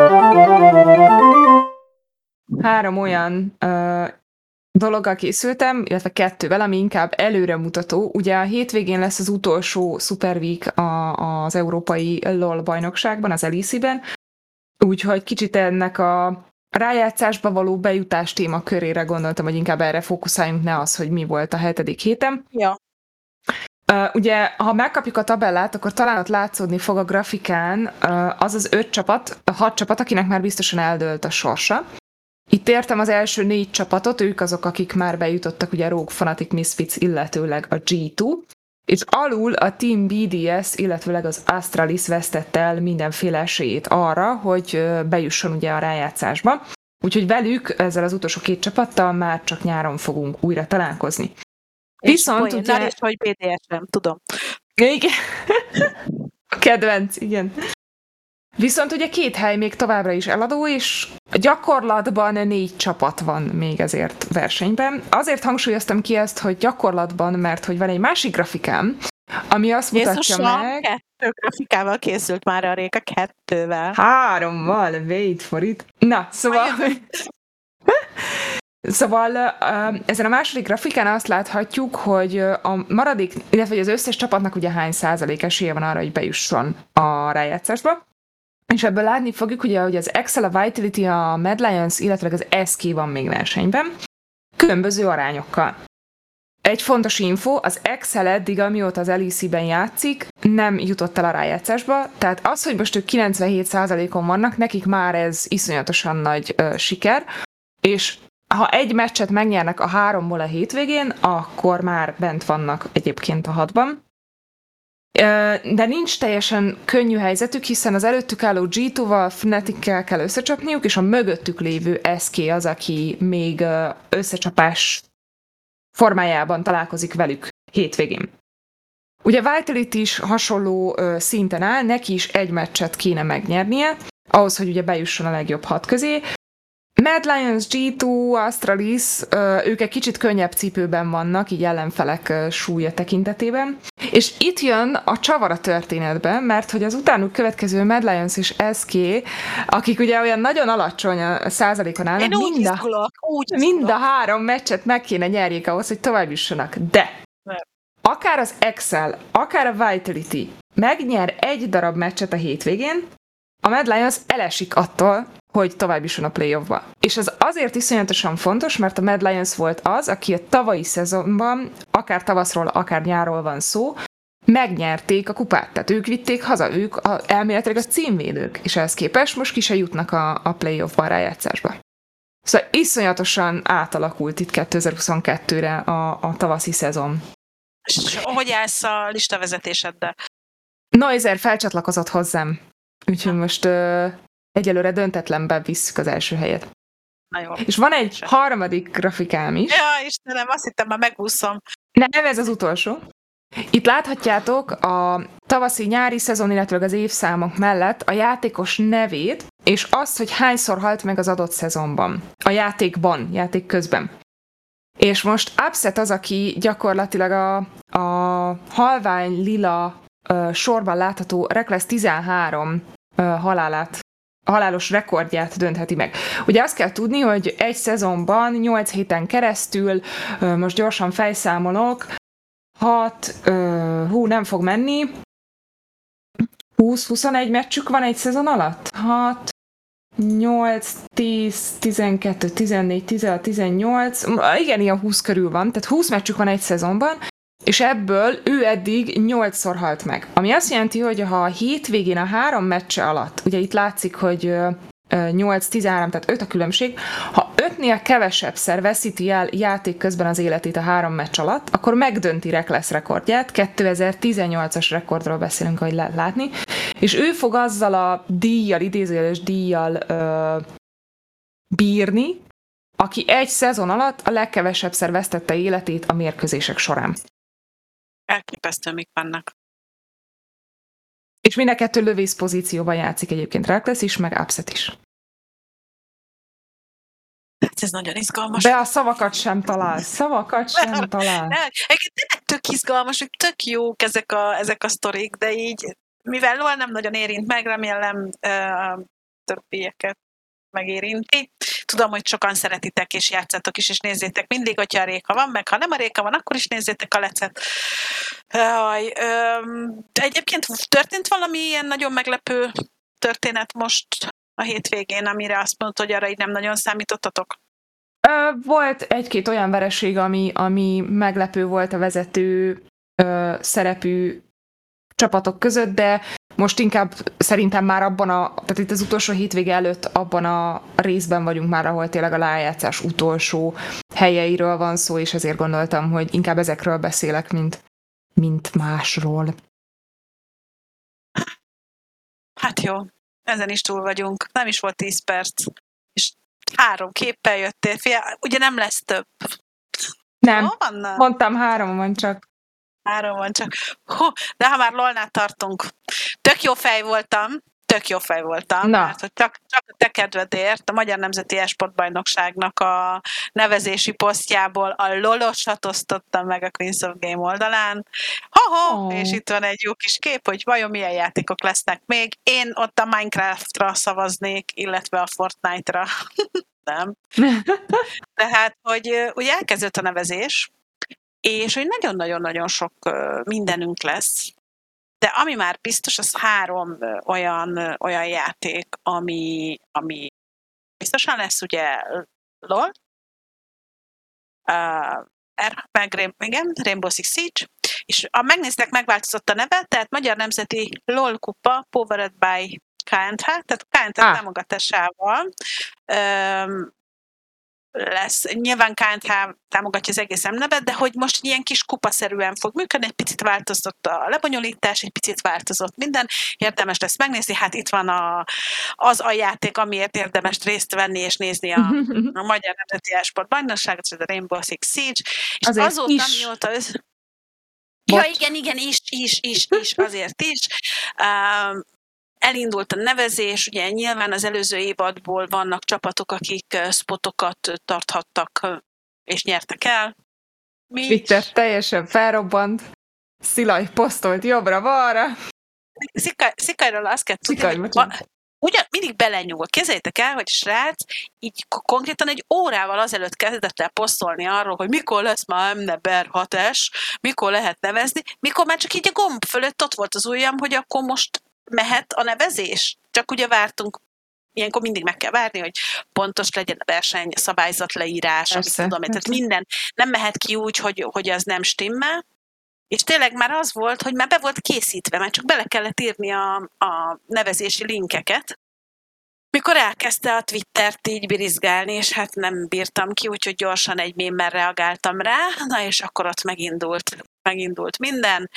[SPEAKER 1] 3 olyan dologgal készültem, illetve 2-vel, ami inkább előremutató. Ugye a hétvégén lesz az utolsó Super Week az európai LOL bajnokságban, az LEC-ben, úgyhogy kicsit ennek a rájátszásba való bejutás témakörére gondoltam, hogy inkább erre fókuszáljunk, ne az, hogy mi volt a 7. héten.
[SPEAKER 2] Ja.
[SPEAKER 1] Ugye, ha megkapjuk a tabellát, akkor talán ott látszódni fog a grafikán az 6 csapat, akinek már biztosan eldőlt a sorsa. Itt értem az első 4 csapatot, ők azok, akik már bejutottak, ugye Rogue, Fnatic, Misfits, illetőleg a G2, és alul a Team BDS, illetőleg az Astralis vesztett el mindenféle esélyét arra, hogy bejusson ugye a rájátszásba. Úgyhogy velük, ezzel az utolsó 2 csapattal már csak nyáron fogunk újra találkozni. Viszont
[SPEAKER 2] poén,
[SPEAKER 1] ugye...
[SPEAKER 2] és hogy BDSM, tudom.
[SPEAKER 1] Igen. Kedvenc, igen. Viszont ugye 2 hely még továbbra is eladó, és gyakorlatban 4 csapat van még ezért versenyben. Azért hangsúlyoztam ki ezt, hogy gyakorlatban, mert hogy van egy másik grafikám, ami azt mutatja
[SPEAKER 2] Jézusom,
[SPEAKER 1] meg...
[SPEAKER 2] 2 grafikával készült már a Réka, 2-vel.
[SPEAKER 1] 3-val, wait for it. Na, szóval... Szóval ezen a második grafikán azt láthatjuk, hogy a maradék, illetve az összes csapatnak ugye hány százalék esélye van arra, hogy bejusson a rájátszásba. És ebből látni fogjuk, ugye, hogy az Excel, a Vitality, a Mad Lions, illetve az SK van még versenyben, különböző arányokkal. Egy fontos info, az Excel eddig, amióta az LEC-ben játszik, nem jutott el a rájátszásba, tehát az, hogy most ők 97%-on vannak, nekik már ez iszonyatosan nagy siker, és ha egy meccset megnyernek a 3-ból a hétvégén, akkor már bent vannak egyébként a 6-ban. De nincs teljesen könnyű helyzetük, hiszen az előttük álló G2-val, Fnatic-kel kell összecsapniuk, és a mögöttük lévő SK az, aki még összecsapás formájában találkozik velük hétvégén. Ugye Vitality is hasonló szinten áll, neki is egy meccset kéne megnyernie, ahhoz, hogy ugye bejusson a legjobb 6 közé. Mad Lions, G2, Astralis, ők egy kicsit könnyebb cipőben vannak, így ellenfelek súlya tekintetében. És itt jön a csavar a történetben, mert hogy az utánuk következő Mad Lions és SK, akik ugye olyan nagyon alacsony a százalékon állnak, mind a 3 meccset meg kéne nyerjék ahhoz, hogy tovább jussanak. De akár az Excel, akár a Vitality megnyer egy darab meccset a hétvégén, a Mad Lions elesik attól, hogy tovább jusson a playoffba. És ez azért iszonyatosan fontos, mert a Mad Lions volt az, aki a tavalyi szezonban, akár tavaszról, akár nyárról van szó, megnyerték a kupát. Tehát ők vitték haza, ők elméletileg a címvédők, és ehhez képest most ki se jutnak a playoffba, a rájátszásba. Szóval iszonyatosan átalakult itt 2022-re a tavaszi szezon.
[SPEAKER 2] És hogy állsz a listavezetéseddel?
[SPEAKER 1] Noiser felcsatlakozott hozzám, úgyhogy most egyelőre döntetlenben visszük az első helyet.
[SPEAKER 2] Na jó.
[SPEAKER 1] És van egy harmadik grafikám is.
[SPEAKER 2] Ja, Istenem, azt hittem, már megúszom.
[SPEAKER 1] Nem, ez az utolsó. Itt láthatjátok a tavaszi-nyári szezon, illetve az évszámok mellett a játékos nevét, és azt, hogy hányszor halt meg az adott szezonban. A játék közben. És most Upset az, aki gyakorlatilag a halvány lila sorban látható Reckless 13 halálos rekordját döntheti meg. Ugye azt kell tudni, hogy egy szezonban 8 héten keresztül, most gyorsan fejszámolok, 6, nem fog menni, 20-21 meccsük van egy szezon alatt? 6, 8, 10, 12, 14, 16, 18, igen, ilyen 20 körül van, tehát 20 meccsük van egy szezonban, és ebből ő eddig 8-szor halt meg. Ami azt jelenti, hogy ha a hétvégén a 3 meccse alatt, ugye itt látszik, hogy 8-13, tehát 5 a különbség, ha 5-nél kevesebbszer veszíti el játék közben az életét a 3 meccs alatt, akkor megdönti Reckless rekordját, 2018-as rekordról beszélünk, ahogy lehet látni, és ő fog azzal a díjjal, idézőjeles díjjal bírni, aki egy szezon alatt a legkevesebbszer vesztette életét a mérkőzések során.
[SPEAKER 2] Elképesztő, mik vannak.
[SPEAKER 1] És mind a 2 lövész pozícióban játszik egyébként Reckless is, meg Upset is.
[SPEAKER 2] Hát ez nagyon izgalmas.
[SPEAKER 1] De a szavakat sem talál.
[SPEAKER 2] Egyébként tök izgalmas, hogy tök jók ezek a sztorik, de így, mivel LOL nem nagyon érint meg, remélem többieket megérinti. Tudom, hogy sokan szeretitek, és játszatok is, és nézzétek mindig, hogyha a Réka van, meg ha nem a Réka van, akkor is nézzétek a lecet. De egyébként történt valami ilyen nagyon meglepő történet most a hétvégén, amire azt mondod, hogy arra így nem nagyon számítottatok?
[SPEAKER 1] Volt egy-két olyan vereség, ami meglepő volt a vezető szerepű csapatok között, de most inkább szerintem már tehát itt az utolsó hétvége előtt abban a részben vagyunk már, ahol tényleg a rájátszás utolsó helyeiről van szó, és ezért gondoltam, hogy inkább ezekről beszélek, mint másról.
[SPEAKER 2] Hát jó, ezen is túl vagyunk. Nem is volt 10 perc, és 3 képpel jöttél. Fia, ugye nem lesz több.
[SPEAKER 1] Nem,
[SPEAKER 2] Hol vannak?
[SPEAKER 1] mondtam 3 van csak.
[SPEAKER 2] 3 van csak. De ha már LOL-nál tartunk, tök jó fej voltam, mert hogy csak a te kedvedért a Magyar Nemzeti Esportbajnokságnak a nevezési posztjából a LOL-osat osztottam meg a Queens of Game oldalán. És itt van egy jó kis kép, hogy vajon milyen játékok lesznek még. Én ott a Minecraftra szavaznék, illetve a Fortnite-ra. Nem. Tehát, hogy ugye elkezdődött a nevezés, és hogy nagyon-nagyon-nagyon sok mindenünk lesz. De ami már biztos, az 3 olyan játék, ami biztosan lesz, ugye LOL, Rainbow Six Siege, és megnéztek, megváltozott a neve, tehát Magyar Nemzeti LOL Kupa Powered by KNH, tehát KNH támogatásával lesz. Nyilván KNH támogatja az egész nevet, de hogy most ilyen kis kupaszerűen fog működni, egy picit változott a lebonyolítás, egy picit változott minden, érdemes lesz megnézni, hát itt van az a játék, amiért érdemes részt venni és nézni a Magyar Nemzeti Esportbajnokságot, a Rainbow Six Siege, és
[SPEAKER 1] azért
[SPEAKER 2] azóta,
[SPEAKER 1] is.
[SPEAKER 2] mióta ja, igen, azért is. Elindult a nevezés, ugye nyilván az előző évadból vannak csapatok, akik spotokat tarthattak és nyertek el.
[SPEAKER 1] Twitter teljesen felrobbant, Szilaj posztolt jobbra-balra.
[SPEAKER 2] Szikajról azt kell tudni, hogy mindig belenyúl. Képzeljétek el, hogy srác így konkrétan egy órával azelőtt kezdett el posztolni arról, hogy mikor lesz már MNEBER 6-es, mikor lehet nevezni, mikor már csak így a gomb fölött ott volt az ujjam, hogy akkor most mehet a nevezés. Csak ugye vártunk, ilyenkor mindig meg kell várni, hogy pontos legyen a verseny, szabályzat leírás, amit tudom, tehát minden nem mehet ki úgy, hogy az nem stimmel. És tényleg már az volt, hogy már be volt készítve, már csak bele kellett írni a nevezési linkeket. Mikor elkezdte a Twittert így birizgálni, és hát nem bírtam ki, úgyhogy gyorsan egy mémmel reagáltam rá, na és akkor ott megindult minden,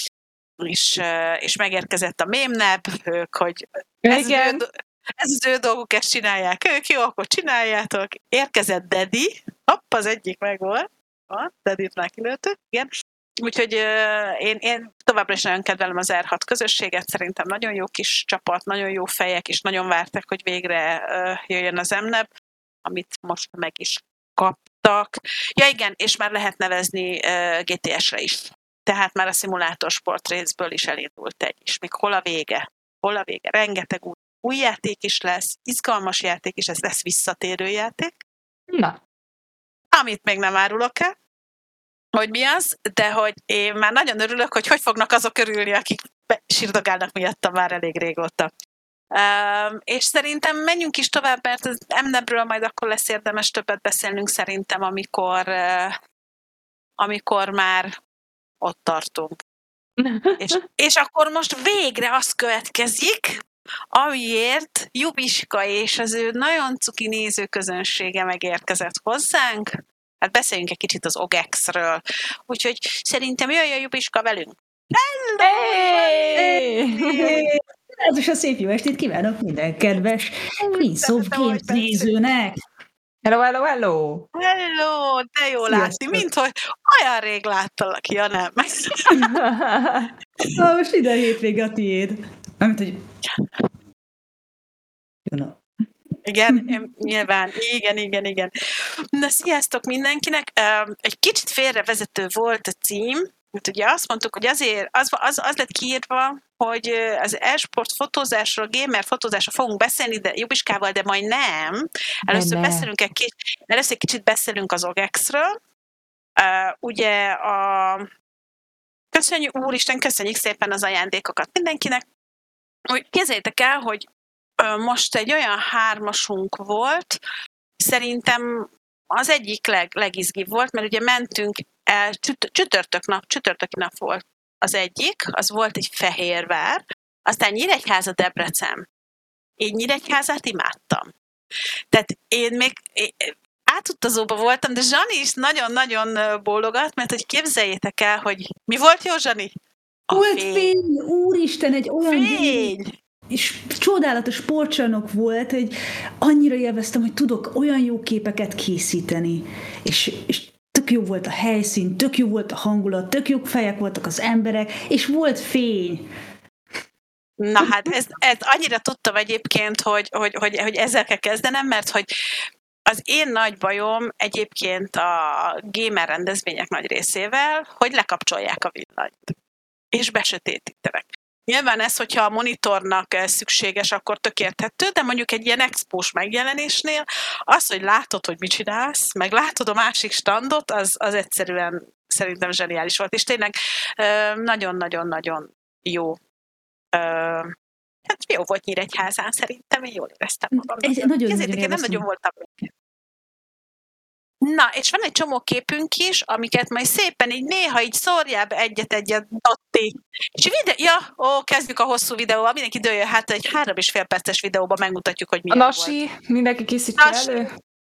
[SPEAKER 2] és megérkezett a mémneb, ők, hogy ez az ő dolguk, ezt csinálják ők, jó, akkor csináljátok. Érkezett Dedi, az egyik meg volt, Dedit már kilőttük, igen. Úgyhogy én továbbra is nagyon kedvelem az R6 közösséget, szerintem nagyon jó kis csapat, nagyon jó fejek, és nagyon vártak, hogy végre jöjjön az MNEB, amit most meg is kaptak. Ja igen, és már lehet nevezni GTS-re is. Tehát már a szimulátorsport részből is elindult egy, és még hol a vége, rengeteg új játék is lesz, izgalmas játék is, ez lesz visszatérő játék.
[SPEAKER 1] Na.
[SPEAKER 2] Amit még nem árulok el, hogy mi az, de hogy én már nagyon örülök, hogy fognak azok örülni, akik sírdogálnak miattam már elég régóta. És szerintem menjünk is tovább, mert az MNEB-ről majd akkor lesz érdemes többet beszélnünk szerintem, amikor már ott tartunk. És akkor most végre az következik, amiért Jubiska és az ő nagyon cuki nézőközönsége megérkezett hozzánk. Hát beszéljünk egy kicsit az OGEX-ről. Úgyhogy szerintem jöjjön Jubiska velünk. Hello!
[SPEAKER 3] Ez a szép jó estét kívánok minden kedves Queens of Games nézőnek!
[SPEAKER 1] Hello!
[SPEAKER 2] Hello, de jó látni, mint hogy olyan rég láttalak, ja nem.
[SPEAKER 3] Most ide a hétvége a tiéd. Amit, hogy...
[SPEAKER 2] Igen, nyilván, igen. Na, sziasztok mindenkinek! Egy kicsit félrevezető volt a cím, mert ugye azt mondtuk, hogy azért az lett kiírva, hogy az e-sport fotózásról, gamer fotózásról fogunk beszélni, de Jubiskával, de majd nem. Először egy kicsit beszélünk az OGEX-ről. Ugye köszönjük szépen az ajándékokat mindenkinek. Képzeljétek el, hogy most egy olyan 3-asunk volt, szerintem az egyik legizgibb volt, mert ugye mentünk el, csütörtöki nap volt az egyik, az volt egy Fehérvár, aztán Nyíregyháza, Debrecen. Én Nyíregyházát imádtam. Tehát én még átutazóba voltam, de Zsani is nagyon-nagyon bólogat, mert hogy képzeljétek el, hogy mi volt jó, Zsani?
[SPEAKER 3] Volt fény, úristen, egy olyan
[SPEAKER 2] fény!
[SPEAKER 3] És csodálatos sportcsarnok volt, hogy annyira élveztem, hogy tudok olyan jó képeket készíteni. És tök jó volt a helyszín, tök jó volt a hangulat, tök jó fejek voltak az emberek, és volt fény.
[SPEAKER 2] Na hát, ezt annyira tudtam egyébként, hogy ezzel kell kezdenem, mert hogy az én nagy bajom egyébként a gamer rendezvények nagy részével, hogy lekapcsolják a villanyt, és besötétítenek. Nyilván ez, hogyha a monitornak szükséges, akkor tök érthető, de mondjuk egy ilyen expós megjelenésnél az, hogy látod, hogy mit csinálsz, meg látod a másik standot, az egyszerűen szerintem zseniális volt. És tényleg nagyon-nagyon-nagyon jó. Hát jó volt Nyíregyházán szerintem, én jól éreztem magam. Ezért nem nagyon voltam még. Na, és van egy csomó képünk is, amiket majd szépen így néha így szórjál be egyet-egyet, Dotti. És kezdjük a hosszú videóval, mindenki dőljön hát egy 3,5 perces videóban megmutatjuk, hogy milyen
[SPEAKER 1] Nasi,
[SPEAKER 2] volt.
[SPEAKER 1] mindenki készítse elő.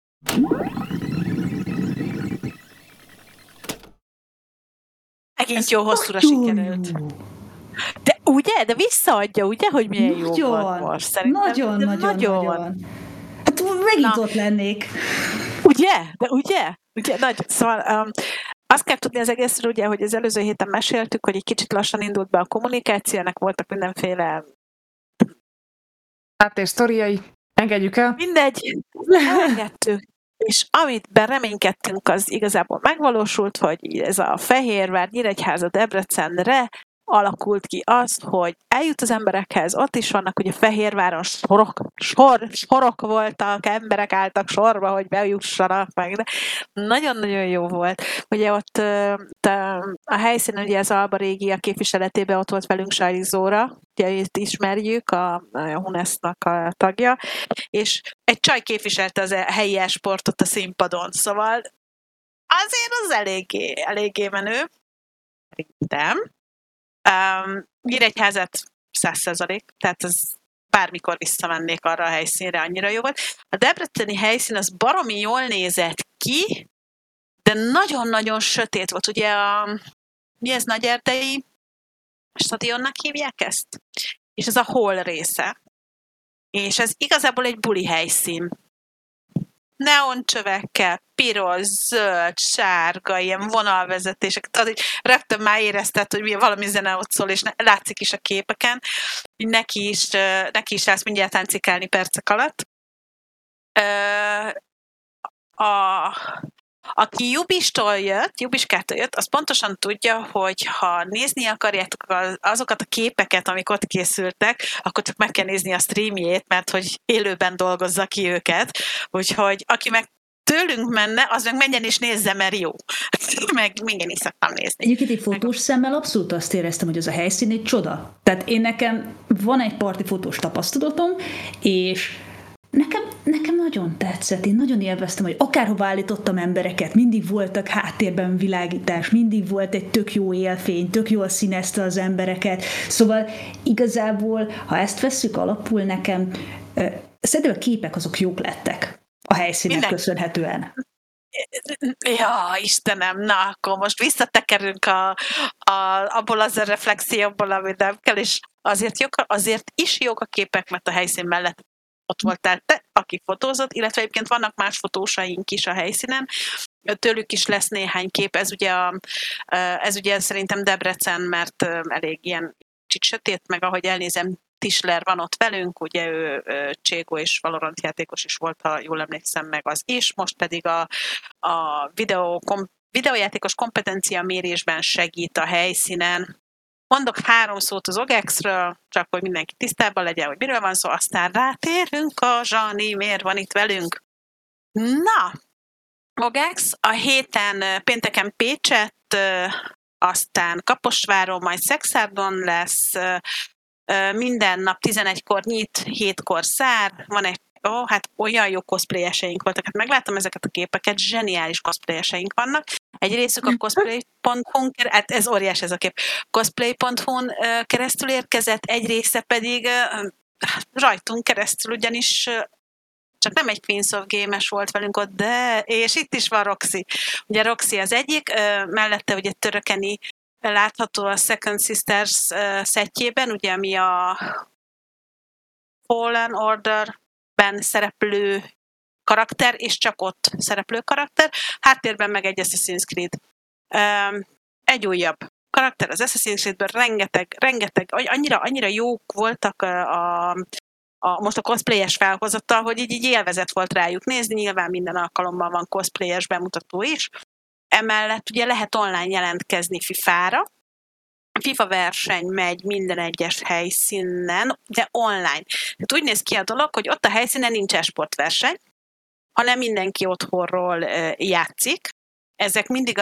[SPEAKER 2] Egész jó hosszúra sikerült. De ugye? De visszaadja, ugye, hogy milyen jó volt most. Szerintem
[SPEAKER 3] Nagyon. Hát megint ott lennék.
[SPEAKER 2] Ugye? De ugye? Szóval azt kell tudni az egészről, ugye, hogy az előző héten meséltük, hogy egy kicsit lassan indult be a kommunikáció, ennek voltak mindenféle
[SPEAKER 1] háttérsztoriai. Engedjük el.
[SPEAKER 2] Mindegy. Elengedtük. És amit reménykedtünk, az igazából megvalósult, hogy ez a Fehérvár, Nyíregyháza, Debrecenre alakult ki az, hogy eljut az emberekhez, ott is vannak ugye Fehérváron sorok voltak, emberek álltak sorba, hogy bejussanak meg, de nagyon-nagyon jó volt. Ugye ott a helyszínen ugye az Alba Régia képviseletében ott volt velünk Sajli Zóra, ugye itt ismerjük, a Hunesznak a tagja, és egy csaj képviselte az helyi e-sportot a színpadon, szóval azért az eléggé menő. Szerintem. Nyíregyházat 100%, tehát az bármikor visszamennék arra a helyszínre, annyira jó volt. A debreceni helyszín az baromi jól nézett ki, de nagyon-nagyon sötét volt. Ugye mi ez, Nagyerdei stadionnak hívják ezt? És ez a hall része. És ez igazából egy buli helyszín. Neoncsövekkel, piros, zöld, sárga, ilyen vonalvezetések. Rögtön már érezted, hogy valami zene ott szól, és látszik is a képeken. Neki is lesz mindjárt táncikálni percek alatt. Aki Jubiskától jött, az pontosan tudja, hogy ha nézni akarjátok azokat a képeket, amik ott készültek, akkor csak meg kell nézni a streamjét, mert hogy élőben dolgozza ki őket. Úgyhogy aki meg tőlünk menne, az meg menjen és nézze, mert jó. Meg minden is szoktam nézni.
[SPEAKER 3] Egyébként egy fotós szemmel abszolút azt éreztem, hogy az a helyszín egy csoda. Tehát nekem van egy partifotós tapasztalatom, és nekem nagyon tetszett, én nagyon élveztem, hogy akárhova állítottam embereket, mindig voltak háttérben világítás, mindig volt egy tök jó élfény, tök jól színezte az embereket. Szóval igazából, ha ezt vesszük alapul, nekem szerintem a képek azok jók lettek a helyszínek köszönhetően.
[SPEAKER 2] Ja, Istenem, na, akkor most visszatekerünk abból az a reflexióból, amit nem kell, és azért is jók a képek, mert a helyszín mellett ott voltál te, aki fotózott, illetve egyébként vannak más fotósaink is a helyszínen, tőlük is lesz néhány kép, ez ugye szerintem Debrecen, mert elég ilyen kicsit sötét, meg ahogy elnézem, Tisler van ott velünk, ugye ő Cségó és Valorant játékos is volt, ha jól emlékszem meg az is, most pedig a videójátékos kompetencia mérésben segít a helyszínen. Mondok 3 szót az OGEX-ről, csak hogy mindenki tisztában legyen, hogy miről van szó, aztán rátérünk a Zsani, miért van itt velünk. Na, OGEX a héten pénteken Pécset, aztán Kaposváron, majd Szexárdon lesz, minden nap 11-kor nyit, 7-kor szár, van egy hát olyan jó cosplayeseink voltak, hát megláttam ezeket a képeket, zseniális cosplayeseink vannak. Egy részük a cosplay.hu-n, hát ez óriás ez a kép, cosplay.hu-n keresztül érkezett, egy része pedig rajtunk keresztül, ugyanis csak nem egy Queens of Game-es volt velünk ott, de, és itt is van Roxy. Ugye Roxy az egyik, mellette ugye Törökeni látható a Second Sisters szettjében, ugye ami a Fallen Order-ben szereplő karakter, és csak ott szereplő karakter, háttérben meg egy Assassin's Creed. Egy újabb karakter az Assassin's Creedből, rengeteg, annyira jók voltak most a cosplayes felhozattal, hogy így élvezet volt rájuk nézni, nyilván minden alkalommal van cosplayes bemutató is. Emellett ugye lehet online jelentkezni FIFA-ra. A FIFA verseny megy minden egyes helyszínen, de online. Tehát úgy néz ki a dolog, hogy ott a helyszínen nincs e-sportverseny, hanem mindenki otthonról játszik. Ezek mindig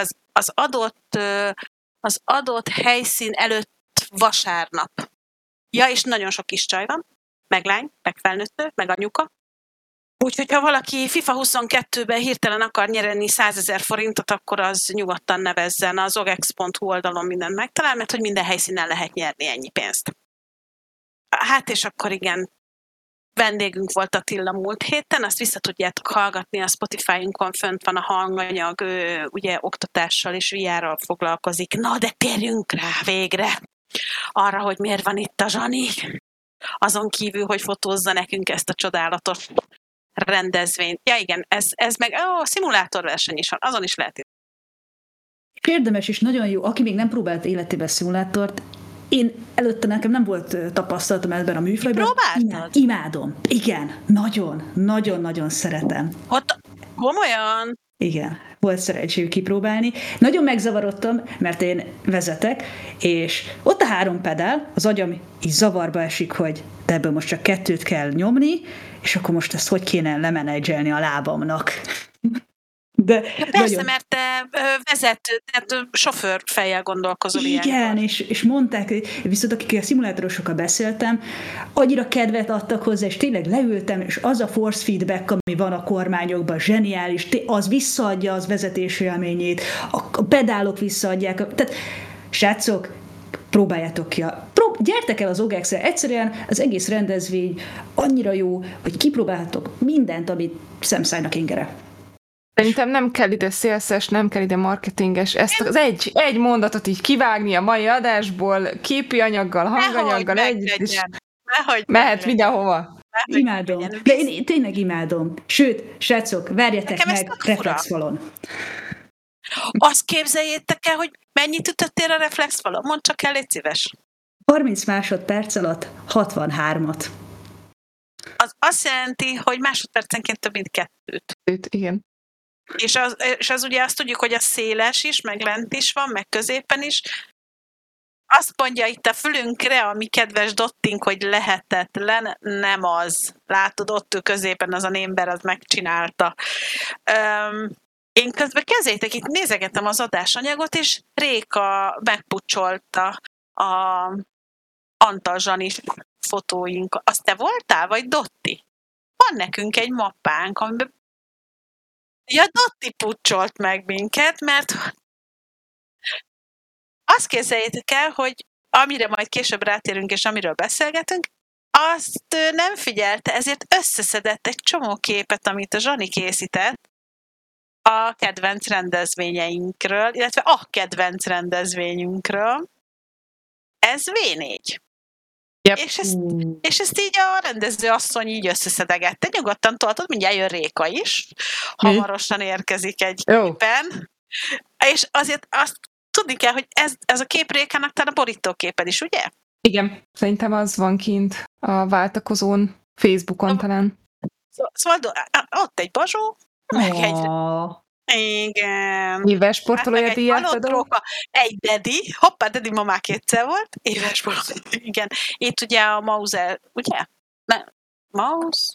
[SPEAKER 2] az adott helyszín előtt vasárnap. Ja, és nagyon sok kis csaj van, meg lány, meg felnőttő, meg anyuka. Úgyhogy ha valaki FIFA 22-ben hirtelen akar nyerni 100 000 forintot, akkor az nyugodtan nevezzen, az ogex.hu oldalon mindent megtalál, mert hogy minden helyszínen lehet nyerni ennyi pénzt. Hát és akkor igen, vendégünk volt Attila múlt héten, azt vissza tudjátok hallgatni, a Spotify-unkon fönt van a hanganyag, ugye oktatással és VR-ral foglalkozik. Na, de térjünk rá végre arra, hogy miért van itt a Zsani. Azon kívül, hogy fotózza nekünk ezt a csodálatos rendezvényt. Ja igen, ez meg szimulátorverseny is van, azon is lehet.
[SPEAKER 3] Érdemes és nagyon jó, aki még nem próbált életében szimulátort, én előtte nekem nem volt tapasztalatom ebben a műfajban.
[SPEAKER 2] Próbáltad?
[SPEAKER 3] Imádom. Igen, nagyon szeretem.
[SPEAKER 2] Ott komolyan?
[SPEAKER 3] Igen, volt szerencsém kipróbálni. Nagyon megzavarodtam, mert én vezetek, és ott a 3 pedál, az agyam így zavarba esik, hogy de ebből most csak 2 kell nyomni, és akkor most ezt hogy kéne lemenedzselni a lábamnak. De
[SPEAKER 2] persze, nagyon... mert te vezető, tehát sofőr fejjel gondolkozol ilyenkor.
[SPEAKER 3] Igen, és mondták, viszont akikkel a szimulátorosokkal beszéltem, annyira kedvet adtak hozzá, és tényleg leültem, és az a force feedback, ami van a kormányokban, zseniális, az visszaadja az vezetés élményét, a pedálok visszaadják. Tehát, srácok, próbáljátok ki. Gyertek el az OGEX-re, egyszerűen az egész rendezvény annyira jó, hogy kipróbálhatok mindent, amit szemszájnak ingere.
[SPEAKER 1] Szerintem nem kell ide szélszes, nem kell ide marketinges, ezt az egy mondatot így kivágni a mai adásból, képi anyaggal, hanganyaggal együtt, és mehet mindenhova.
[SPEAKER 3] Imádom. De én tényleg imádom. Sőt, srácok, várjatok meg reflexfalon.
[SPEAKER 2] Azt képzeljétek el, hogy mennyit ütöttél a reflexfalon? Mondd csak el, légy szíves.
[SPEAKER 3] 30 másodperc alatt 63-at.
[SPEAKER 2] Az azt jelenti, hogy másodpercenként több mint 2.
[SPEAKER 1] Igen.
[SPEAKER 2] És az ugye azt tudjuk, hogy a széles is, meg lent is van, meg középen is. Azt mondja itt a fülünkre a mi kedves Dottink, hogy lehetetlen, nem az. Látod, ott ő középen az a némber, az megcsinálta. Én közben kezdjétek, itt nézegettem az adásanyagot, és Réka megpucsolta a Antal Zsanis fotóink. Az te voltál, vagy Dotti? Van nekünk egy mappánk, amiben Dotti pucsolt meg minket, mert azt képzeljétek el, hogy amire majd később rátérünk, és amiről beszélgetünk, azt nem figyelte, ezért összeszedett egy csomó képet, amit a Zsani készített a kedvenc rendezvényeinkről, illetve a kedvenc rendezvényünkről. Ez V4.
[SPEAKER 1] Yep.
[SPEAKER 2] És ezt így a rendező asszony így összeszedegette. Nyugodtan toltad, mindjárt jön Réka is. Hamarosan érkezik egy képen. És azért azt tudni kell, hogy ez a kép Rékának talán a borítóképen is, ugye?
[SPEAKER 1] Igen, szerintem az van kint a váltakozón, Facebookon talán.
[SPEAKER 2] Szóval ott egy Bazsó, meg egy... Igen.
[SPEAKER 1] Éves sportolója díjat adó.
[SPEAKER 2] Egy Dedi. Hoppá, Dedi ma már 2-szer volt. Éves sportolója. Igen. Itt ugye a Mauser, ugye? Mouse?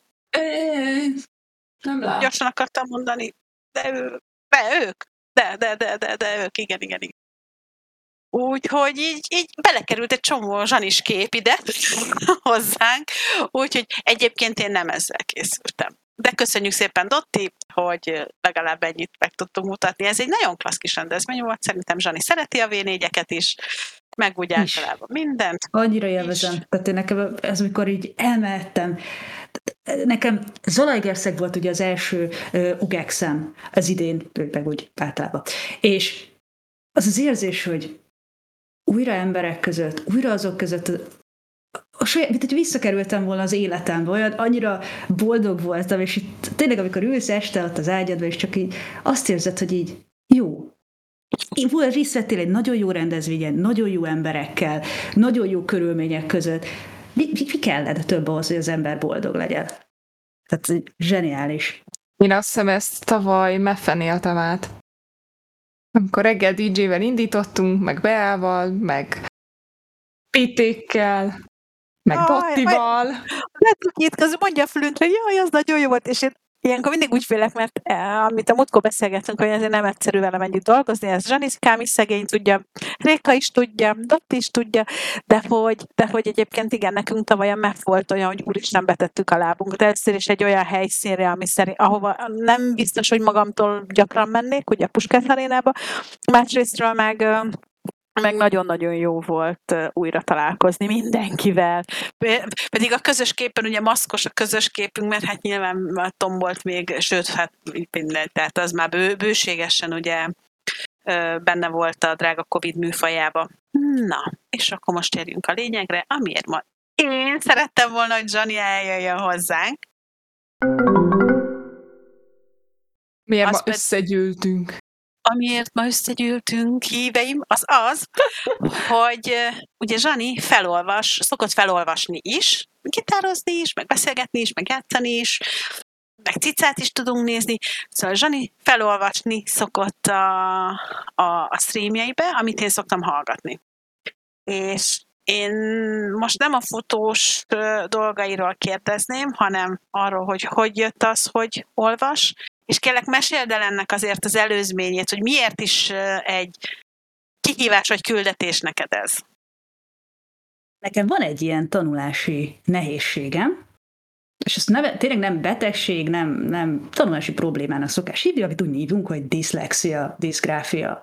[SPEAKER 1] Nem lát.
[SPEAKER 2] Gyorsan akartam mondani. De ők. De ők. Igen. Úgyhogy így belekerült egy csomó Zsanis kép ide hozzánk. Úgyhogy egyébként én nem ezzel készültem. De köszönjük szépen, Dotti, hogy legalább ennyit meg tudtunk mutatni. Ez egy nagyon klassz kis rendezvény volt, szerintem Zsani szereti a V4-eket is, meg úgy általában mindent.
[SPEAKER 3] Annyira élvezem. Tehát nekem ez, amikor így elmehettem, nekem Zalaegerszeg volt ugye az első UGEX-em az idén, meg úgy általában. És az érzés, hogy újra emberek között, újra azok között, mint hogy visszakerültem volna az életembe, olyan annyira boldog voltam, és itt tényleg, amikor ülsz este ott az ágyadba, és csak így azt érzed, hogy így jó. Részt vettél egy nagyon jó rendezvényen, nagyon jó emberekkel, nagyon jó körülmények között. Mi kellene több ahhoz, hogy az ember boldog legyen? Tehát zseniális.
[SPEAKER 1] Én azt hiszem, ezt tavaly Meffen éltem át. Amikor reggel DJ-vel indítottunk, meg Beával, meg Pitékkel, meg Battival.
[SPEAKER 2] Lehet, hogy itt közül mondja a fülünkre, hogy jaj, az nagyon jó volt, és én ilyenkor mindig úgy félek, mert amit a múltkor beszélgettünk, hogy ezért nem egyszerű velem együtt dolgozni, ez Zsaniszkám is szegény tudja, Réka is tudja, Dotti is tudja, de hogy egyébként igen, nekünk tavaly a MEF volt olyan, hogy úristen betettük a lábunkat. Először is egy olyan helyszínre, ahova nem biztos, hogy magamtól gyakran mennék, ugye a Puskás Arénába, másrésztről meg nagyon-nagyon jó volt újra találkozni mindenkivel. Pedig a közös képen, ugye maszkos a közös képünk, mert hát nyilván tombolt még, sőt, hát minden, tehát az már bőségesen ugye benne volt a drága Covid műfajába. Na, és akkor most térjünk a lényegre, amiért ma én szerettem volna, hogy Zsani eljöjjön hozzánk.
[SPEAKER 1] Miért ma összegyűltünk?
[SPEAKER 2] Amiért ma összegyűltünk, híveim, az, hogy ugye Zsani szokott felolvasni is, gitározni is, meg beszélgetni is, meg játszani is, meg cicát is tudunk nézni, szóval Zsani felolvasni szokott a streamjeibe, amit én szoktam hallgatni. És én most nem a futós dolgairól kérdezném, hanem arról, hogy jött az, hogy olvas, és kérlek, meséld el ennek azért az előzményét, hogy miért is egy kihívás vagy küldetés neked ez?
[SPEAKER 3] Nekem van egy ilyen tanulási nehézségem, és ezt tényleg nem betegség, nem tanulási problémának szokás hívni, amit úgy hívunk, hogy diszlexia, diszgráfia.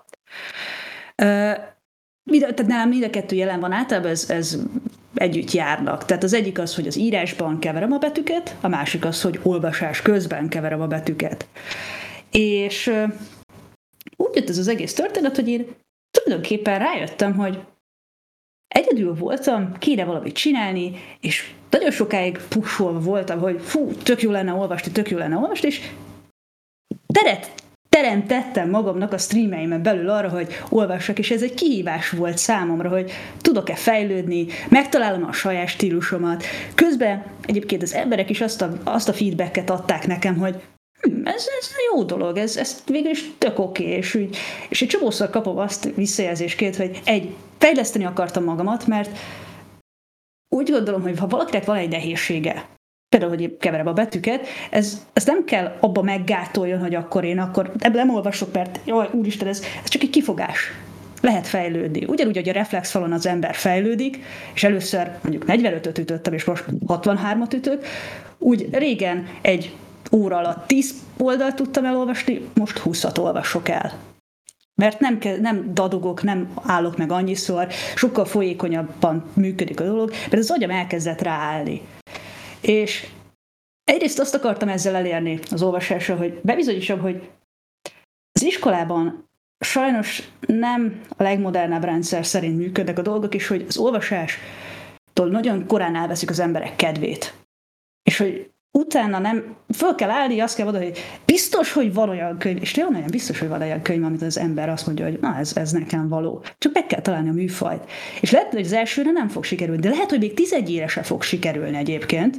[SPEAKER 3] Tehát nálam mind a kettő jelen van, általában ez együtt járnak. Tehát az egyik az, hogy az írásban keverem a betűket, a másik az, hogy olvasás közben keverem a betűket. És úgy jött ez az egész történet, hogy én tulajdonképpen rájöttem, hogy egyedül voltam, kéne valamit csinálni, és nagyon sokáig pusolva voltam, hogy tök jó lenne olvasni, és teret teremtettem magamnak a streameimen belül arra, hogy olvassak, és ez egy kihívás volt számomra, hogy tudok-e fejlődni, megtalálom a saját stílusomat. Közben egyébként az emberek is azt a feedbacket adták nekem, hogy ez jó dolog, ez végül is tök oké, és egy csomószor kapom azt visszajelzésként, hogy fejleszteni akartam magamat, mert úgy gondolom, hogy ha valakinek van egy nehézsége, például, hogy keverem a betűket, ez nem kell abba meggátoljon, hogy akkor ebből nem olvasok, mert jaj, úristen, ez csak egy kifogás. Lehet fejlődni. Ugyanúgy, hogy a reflexfalon az ember fejlődik, és először mondjuk 45-öt ütöttem, és most 63-at ütök, úgy régen egy óra alatt 10 oldalt tudtam elolvasni, most 20-at olvasok el. Mert nem dadogok, nem állok meg annyiszor, sokkal folyékonyabban működik a dolog, mert az agyam elkezdett ráállni. És egyrészt azt akartam ezzel elérni az olvasással, hogy bebizonyítsam, hogy az iskolában sajnos nem a legmodernebb rendszer szerint működnek a dolgok, és hogy az olvasástól nagyon korán elveszik az emberek kedvét. És hogy utána nem, föl kell állni, azt kell mondani, hogy biztos, hogy van olyan könyv, és tényleg olyan biztos, hogy van olyan könyv, amit az ember azt mondja, hogy na, ez nekem való. Csak meg kell találni a műfajt. És lehet, hogy az elsőre nem fog sikerülni, de lehet, hogy még 11-ére se fog sikerülni egyébként.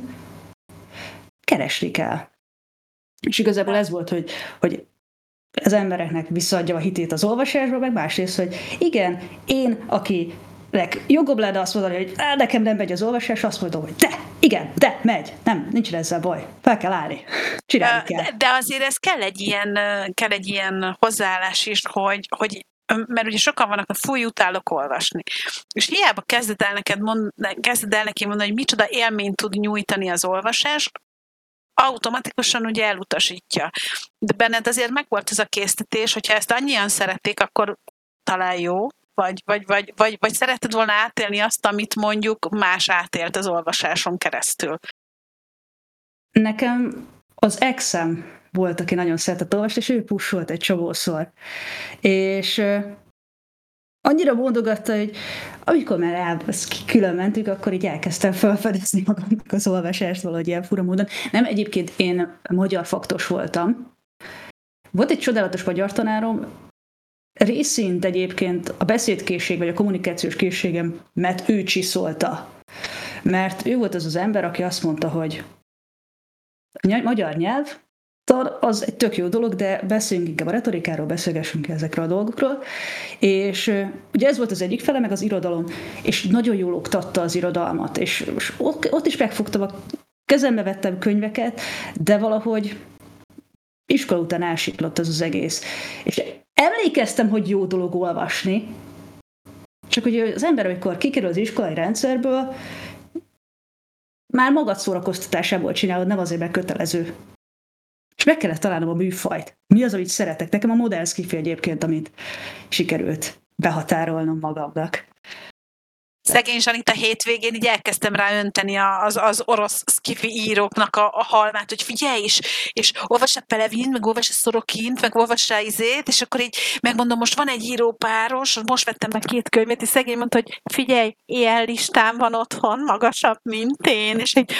[SPEAKER 3] Keresni kell. És igazából ez volt, hogy az embereknek visszaadja a hitét az olvasásba, meg másrészt, hogy igen, én, akinek jogobb lenne azt mondani, hogy nekem nem megy az olvasás, azt mondom, hogy de, megy, nincs ezzel baj, fel kell állni, csinálni kell.
[SPEAKER 2] De azért ez kell egy ilyen hozzáállás is, hogy mert ugye sokan vannak, hogy utálok olvasni. És hiába kezded el neki mondani, hogy micsoda élményt tud nyújtani az olvasás, automatikusan ugye elutasítja. De benned azért megvolt ez a késztetés, hogyha ezt annyian szerették, akkor talán jó, vagy szeretted volna átélni azt, amit mondjuk más átélt az olvasáson keresztül?
[SPEAKER 3] Nekem az exem volt, aki nagyon szeretett olvasni, és ő pusolt egy csomószor. És annyira mondogatta, hogy amikor már külön mentünk, akkor így elkezdtem felfedezni magamnak az olvasást valahogy ilyen fura módon. Nem, egyébként én magyar faktos voltam. Volt egy csodálatos magyar tanárom, részint egyébként a beszédkészség vagy a kommunikációs készségemet ő csiszolta. Mert ő volt az az ember, aki azt mondta, hogy a magyar nyelv az egy tök jó dolog, de beszéljünk inkább a retorikáról, beszélgessünk ezekről a dolgokról. És ugye ez volt az egyik fele, meg az irodalom, és nagyon jól oktatta az irodalmat, és ott is megfogtam, a kezembe vettem könyveket, de valahogy iskola után elsiklott az egész. És emlékeztem, hogy jó dolog olvasni, csak hogy az ember, amikor kikerül az iskolai rendszerből, már magad szórakoztatásából csinálod, nem azért, mert kötelező. És meg kellett találnom a műfajt. Mi az, amit szeretek? Nekem a modern skifi egyébként, amit sikerült behatárolnom magamnak.
[SPEAKER 2] Szegény Zsanit a hétvégén így elkezdtem rá önteni az orosz skifi íróknak a halmát, hogy figyelj, és olvass a Pelevint, meg olvass a Szorokint, meg olvass a izét, és akkor így megmondom, most van egy írópáros, most vettem meg 2 könyvet, és szegény mondta, hogy figyelj, ilyen listám van otthon, magasabb, mint én, és így,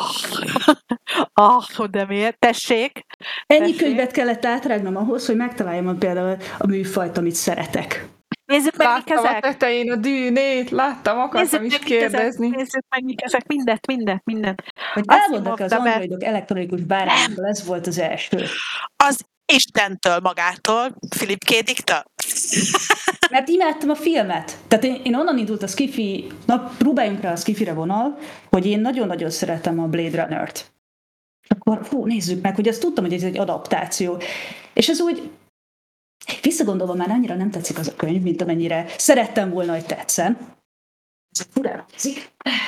[SPEAKER 2] de miért? Tessék?
[SPEAKER 3] Ennyi könyvet kellett átrágnom ahhoz, hogy megtaláljam például a műfajt, amit szeretek.
[SPEAKER 2] Nézzük meg, mik
[SPEAKER 1] Láttam a
[SPEAKER 2] ezek.
[SPEAKER 1] tetején a dűnét, akartam is kérdezni.
[SPEAKER 2] Nézzük meg, mik ezek, mindent.
[SPEAKER 3] Hogy elmondok az androidok elektronikus bárányból, ez volt az első.
[SPEAKER 2] Az Istentől magától, Philip K. Dicktől.
[SPEAKER 3] Mert imádtam a filmet. Tehát én onnan indult a skifi, próbáljunk rá a skifire vonal, hogy én nagyon-nagyon szeretem a Blade Runner-t. Akkor nézzük meg, hogy azt tudtam, hogy ez egy adaptáció. És ez úgy visszagondolva már annyira nem tetszik az a könyv, mint amennyire szerettem volna, hogy tetszen. Ez furán hangzik.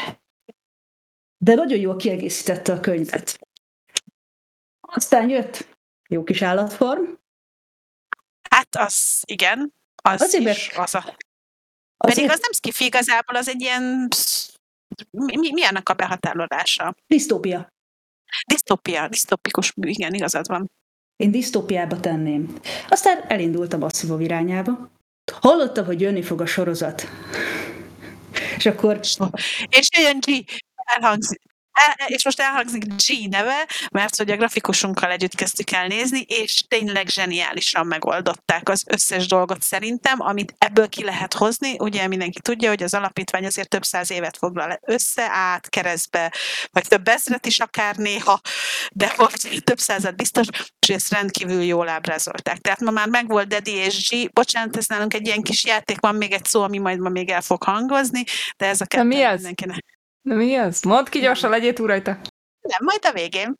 [SPEAKER 3] De nagyon jól kiegészítette a könyvet. Aztán jött jó kis állatform.
[SPEAKER 2] Hát az, igen. Pedig az nem skifi igazából, az egy ilyen... Mi annak a behatárolása?
[SPEAKER 3] Disztópia.
[SPEAKER 2] Disztópikus mű, igen, igazad van.
[SPEAKER 3] Én disztópiába tenném. Aztán elindultam a Masszívov irányába. Hallottam, hogy jönni fog a sorozat. És akkor...
[SPEAKER 2] És jöjjön G, és most elhangzik G neve, mert hogy a grafikusunkkal együtt kezdtük el nézni, és tényleg zseniálisan megoldották az összes dolgot szerintem, amit ebből ki lehet hozni. Ugye mindenki tudja, hogy az alapítvány azért több 100 évet foglal össze, át, keresztbe, vagy több ezret is akár néha, de volt több 100 biztos, és ezt rendkívül jól ábrázolták. Tehát ma már megvolt Daddy és G. Bocsánat, ez nálunk egy ilyen kis játék, van még egy szó, ami majd ma még el fog hangozni, de ez a kettő mindenkinek.
[SPEAKER 1] De mi ez? Mondd ki gyorsan, legyél túl rajta.
[SPEAKER 2] Nem, majd a végén.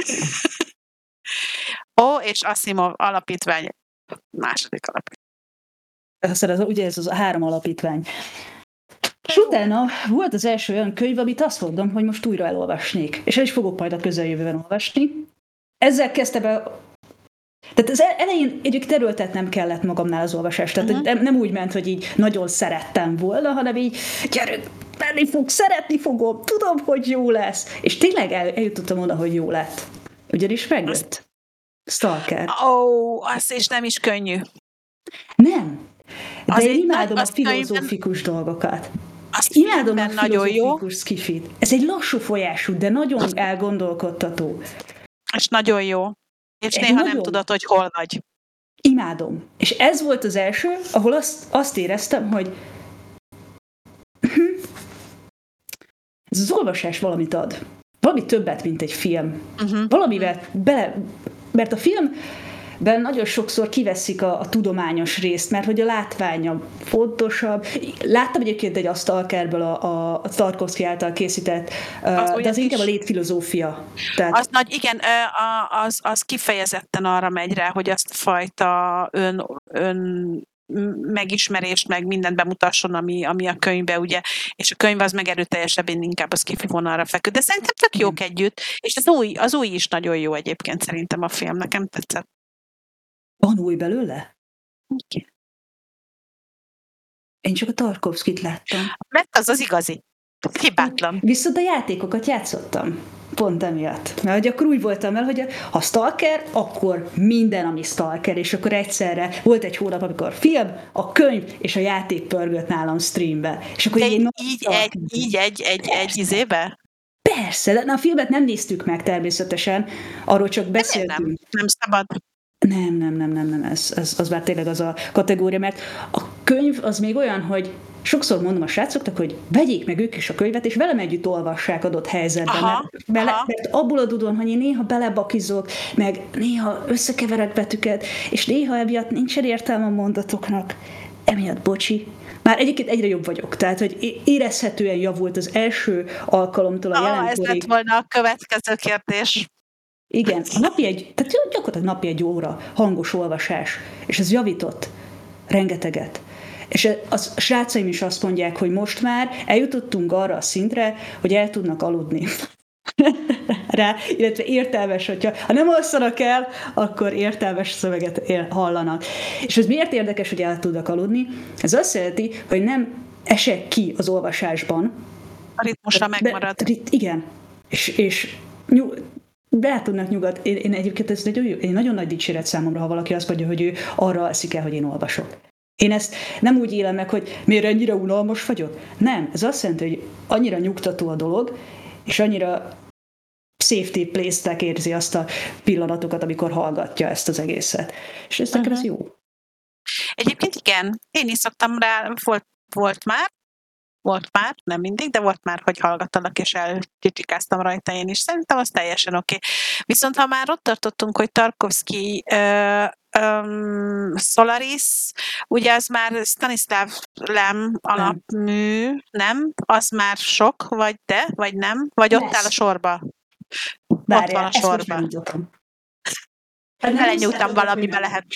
[SPEAKER 2] És Asimov alapítvány. Második alapítvány.
[SPEAKER 3] Ugye ez az a 3 alapítvány. És utána volt az első olyan könyv, amit azt mondom, hogy most újra elolvasnék. És el is fogok majd a közeljövőben olvasni. Ezzel kezdte be... Tehát az elején egyébként erőltetnem kellett magamnál az olvasást. Tehát nem úgy ment, hogy így nagyon szerettem volna, hanem így gyerünk, szeretni fogom, tudom, hogy jó lesz. És tényleg eljutottam oda, hogy jó lett. Ugyanis megjött. Stalker.
[SPEAKER 2] Az és nem is könnyű.
[SPEAKER 3] Nem. De én imádom a filozófikus dolgokat. Imádom a filozófikus skifit. Ez egy lassú folyású, de nagyon elgondolkodtató.
[SPEAKER 2] És nagyon jó. És néha nem tudod, hogy hol vagy.
[SPEAKER 3] Imádom. És ez volt az első, ahol azt éreztem, hogy ez az olvasás valamit ad. Valami többet, mint egy film. Valamivel mert a filmben nagyon sokszor kiveszik a tudományos részt, mert hogy a látványa fontosabb. Láttam egyébként egy Stalkerből a Tarkovsky által készített, de az inkább a létfilozófia. Tehát...
[SPEAKER 2] Az nagy, igen, az kifejezetten arra megy rá, hogy azt a fajta ön megismerést, meg mindent bemutasson, ami a könyvbe, ugye, és a könyv az meg erőteljesebb, én inkább az skifi vonalra feküdt. De szerintem tök jók együtt, és az új is nagyon jó egyébként szerintem a film, nekem tetszett.
[SPEAKER 3] Van új belőle?
[SPEAKER 2] Igen.
[SPEAKER 3] Én csak a Tarkovskit láttam.
[SPEAKER 2] Mert az igazi. Hibátlan.
[SPEAKER 3] Viszont a játékokat játszottam. Pont emiatt. Mert hogy akkor úgy voltam vele, hogy ha Stalker, akkor minden, ami Stalker, és akkor egyszerre volt egy hónap, amikor film, a könyv és a játék pörgött nálam streambe. És akkor
[SPEAKER 2] így egy izébe?
[SPEAKER 3] Persze, de a filmet nem néztük meg természetesen, arról csak beszéltünk.
[SPEAKER 2] Nem szabad.
[SPEAKER 3] Nem, az már tényleg az a kategória, mert a könyv az még olyan, hogy sokszor mondom a srácoknak, hogy vegyék meg ők is a könyvet, és velem együtt olvassák adott helyzetben. Mert abból adódóan, hogy én néha belebakizok, meg néha összekeverek betűket, és néha emiatt nincsen értelme a mondatoknak. Emiatt bocsi. Már egyébként egyre jobb vagyok, tehát hogy érezhetően javult az első alkalomtól a jelenkorig.
[SPEAKER 2] Ez lett volna a következő kérdés.
[SPEAKER 3] Igen, tehát gyakorlatilag napi 1 óra hangos olvasás, és ez javított rengeteget. És a srácaim is azt mondják, hogy most már eljutottunk arra a szintre, hogy el tudnak aludni rá, illetve értelmes, ha nem alszanak el, akkor értelmes szöveget hallanak. És ez miért érdekes, hogy el tudnak aludni? Ez azt jelenti, hogy nem esek ki az olvasásban.
[SPEAKER 2] A ritmusra megmarad.
[SPEAKER 3] Igen. És be tudnak nyugat. Én egyébként ez egy nagyon nagy dicséret számomra, ha valaki azt mondja, hogy ő arra alszik el, hogy én olvasok. Én ezt nem úgy élem meg, hogy miért ennyire unalmas vagyok. Nem, ez azt jelenti, hogy annyira nyugtató a dolog, és annyira safety place-nek érzi azt a pillanatokat, amikor hallgatja ezt az egészet. És ez nekem ez jó.
[SPEAKER 2] Egyébként igen, én is szoktam rá, volt már, nem mindig, de volt már, hogy hallgattalak, és elkicsikáztam rajta én is. Szerintem az teljesen oké. Viszont ha már ott tartottunk, hogy Tarkovsky Solaris, ugye az már Stanislav Lem alapmű, nem? Az már sok, vagy nem? Vagy ott áll a sorba?
[SPEAKER 3] Várjál,
[SPEAKER 2] ott van a sorba. Belenyúltam valamibe lehet.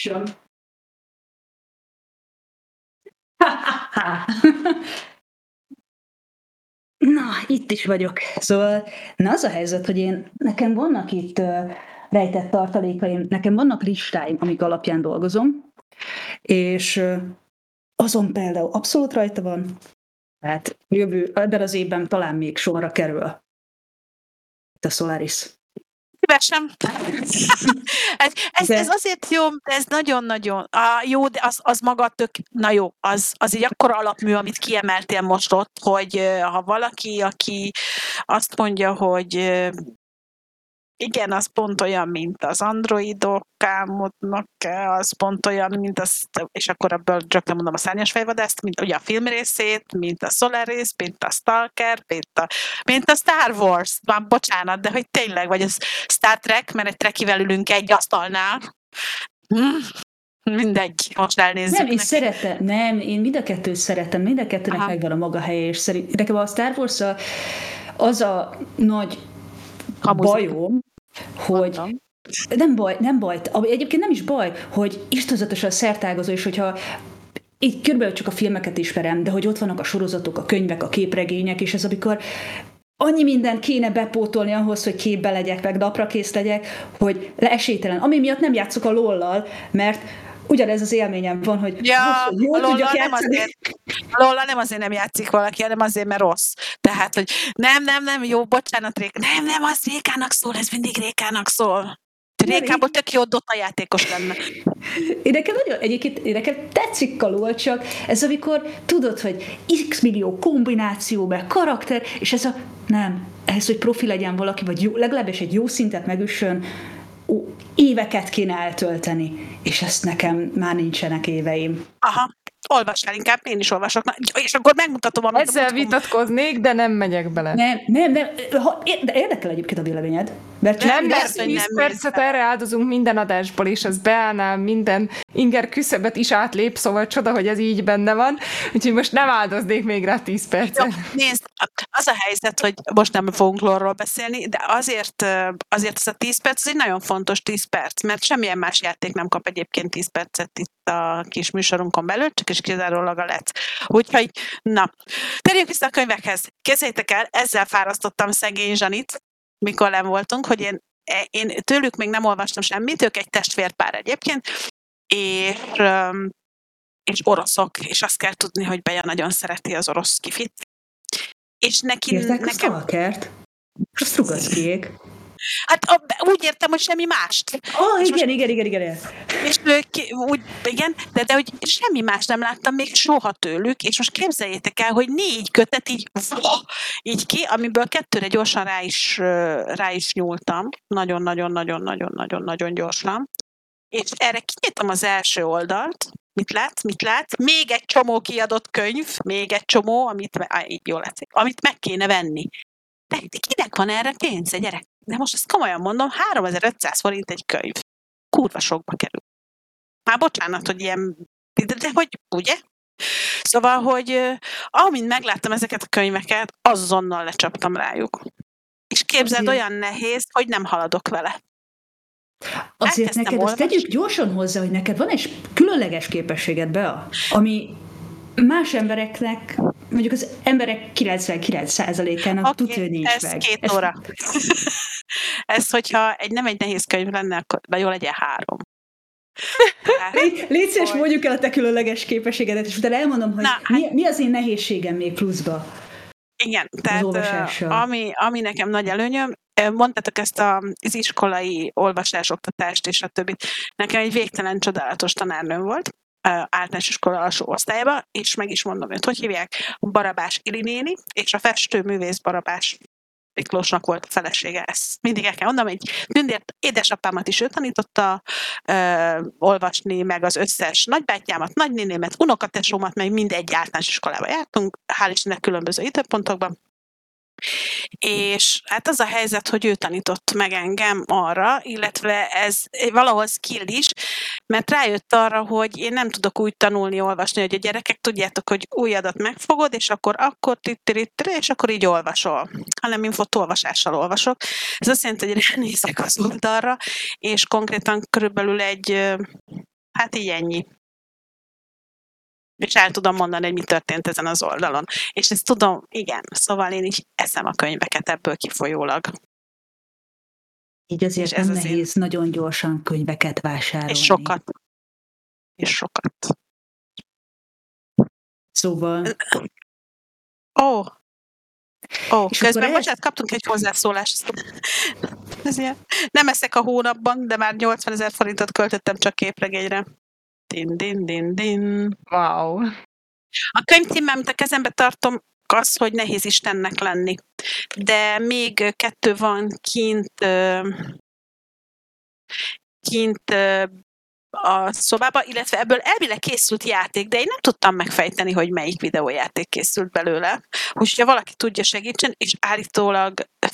[SPEAKER 3] Na, itt is vagyok. Szóval, az a helyzet, hogy nekem vannak itt rejtett tartalékaim, nekem vannak listáim, amik alapján dolgozom, és azon például abszolút rajta van, tehát ebben az évben talán még sorra kerül itt a Solaris.
[SPEAKER 2] Szívesen. ez azért jó, ez nagyon-nagyon jó, de az maga na jó, az egy akkora alapmű, amit kiemeltél most ott, hogy ha valaki, aki azt mondja, hogy igen, az pont olyan, mint az androidok álmodnak, az pont olyan, mint és akkor ebből csak nem mondom a szárnyas fejvadászt, mint ugye a film részét, mint a Solaris, mint a Stalker, mint a Star Wars. Már bocsánat, de hogy tényleg, vagy a Star Trek, mert egy trekivel ülünk egy asztalnál. Mindegy, most elnézzük.
[SPEAKER 3] Nem, én szeretem, én mind a kettőt szeretem, mind a kettőnek megvan a maga helye, és nekem a Star Wars az a nagy bajom, hogy nem baj, egyébként nem is baj, hogy istenzatosan szertágazó, és hogyha így körülbelül csak a filmeket ismerem, de hogy ott vannak a sorozatok, a könyvek, a képregények, és ez amikor annyi mindent kéne bepótolni ahhoz, hogy képbe legyek, meg napra kész legyek, hogy esélytelen. Ami miatt nem játszok a LOL-lal, mert ugyanez az élményem van, hogy jól tudjak játszani.
[SPEAKER 2] LOL-lal nem azért nem játszik valaki, hanem azért, mert rossz. Tehát, hogy nem, jó, bocsánat, Réka. Nem, az Rékának szól, ez mindig Rékának szól. Rékából tök jó Dota játékos lenne.
[SPEAKER 3] Nekem tetszik a LOL, csak ez amikor tudod, hogy x millió kombináció, meg karakter, és ez ehhez, hogy profi legyen valaki, vagy legalábbis egy jó szintet megüssön, éveket kéne eltölteni, és ezt nekem már nincsenek éveim.
[SPEAKER 2] Aha, olvassál inkább, én is olvasok. Na, és akkor megmutatom, amit
[SPEAKER 1] ezzel vitatkoznék, de nem megyek bele.
[SPEAKER 3] Nem, de érdekel egyébként a véleményed.
[SPEAKER 1] Mert 10 percet erre áldozunk minden adásból, és ez beállnál minden inger küszöbet is átlép, szóval csoda, hogy ez így benne van, úgyhogy most nem áldoznék még rá 10 percet.
[SPEAKER 2] Jó, nézd, az a helyzet, hogy most nem fogunk lore-ról beszélni, de azért ez a 10 perc, ez egy nagyon fontos 10 perc, mert semmilyen más játék nem kap egyébként 10 percet itt a kis műsorunkon belül, csak is kizárólag a Let's. Úgyhogy, na, térjünk vissza a könyvekhez. Képzeljétek el, ezzel fárasztottam szegény Zsanit, mikor nem voltunk, hogy én tőlük még nem olvastam semmit, ők egy testvérpár egyébként, és oroszok, és azt kell tudni, hogy Beja nagyon szereti az orosz kifit. És nekem...
[SPEAKER 3] Stalkert? Azt Strugatskyék.
[SPEAKER 2] Hát úgy értem, hogy semmi mást.
[SPEAKER 3] Igen.
[SPEAKER 2] És úgy, igen, de hogy semmi más nem láttam még soha tőlük, és most képzeljétek el, hogy 4 kötet így ki, amiből 2-re gyorsan rá is nyúltam. Nagyon gyorsan. És erre kinyitom az első oldalt. Mit látsz? Még egy csomó kiadott könyv, még egy csomó, amit meg kéne venni. De kinek van erre pénze, gyerek? De most ezt komolyan mondom, 3500 forint egy könyv. Kurva sokba kerül. Már bocsánat, hogy ilyen, de hogy, ugye? Szóval, hogy amint megláttam ezeket a könyveket, azonnal lecsaptam rájuk. És képzeld, olyan nehéz, hogy nem haladok vele.
[SPEAKER 3] Azért neked azt tegyük gyorsan hozzá, hogy neked van egy különleges képességed, Bea, ami más embereknek, mondjuk az emberek 99%-ának tudja, hogy nincs meg.
[SPEAKER 2] Ez 2 óra. Ez, hogyha nem egy nehéz könyv lenne, akkor jó legyen 3.
[SPEAKER 3] Légy szíves, mondjuk el a te különleges képességedet, és utána elmondom, hogy mi az én nehézségem még pluszba.
[SPEAKER 2] Igen, tehát ami nekem nagy előnyöm, mondtátok ezt az iskolai olvasásoktatást és a többit. Nekem egy végtelen csodálatos tanárnőm volt, általános iskola alsó osztályban, és meg is mondom, hogy hívják, Barabás Ili néni, és a festőművész Barabás Miklósnak volt a felesége. Ezt mindig el kell mondanom, egy tündért édesapámat is ő tanította olvasni, meg az összes nagybátyámat, nagynénémet, unokatesómat, meg mindegy általános iskolába jártunk, hál' Istennek különböző időpontokban. És hát az a helyzet, hogy ő tanított meg engem arra, illetve ez valahol skill is, mert rájött arra, hogy én nem tudok úgy tanulni, olvasni, hogy a gyerekek tudjátok, hogy új adat megfogod, és akkor és akkor így olvasol, hanem én fotolvasással olvasok. Ez azt jelenti, hogy ránézek az oldalra, és konkrétan körülbelül hát így ennyi. És el tudom mondani, hogy mi történt ezen az oldalon. És ezt tudom, igen, szóval én is eszem a könyveket ebből kifolyólag.
[SPEAKER 3] Így azért nem nehéz nagyon gyorsan könyveket vásárolni.
[SPEAKER 2] És sokat.
[SPEAKER 3] Szóval...
[SPEAKER 2] Közben, bocsánat, kaptunk egy hozzászólást. Nem eszek a hónapban, de már 80 000 forintot költöttem csak képregényre. Din.
[SPEAKER 1] Wow.
[SPEAKER 2] A könyvcímmel, amit a kezembe tartom, az, hogy nehéz Istennek lenni. De még 2 van kint a szobába, illetve ebből elvileg készült játék, de én nem tudtam megfejteni, hogy melyik videójáték készült belőle. Úgyhogy ha valaki tudja, segítsen, és állítólag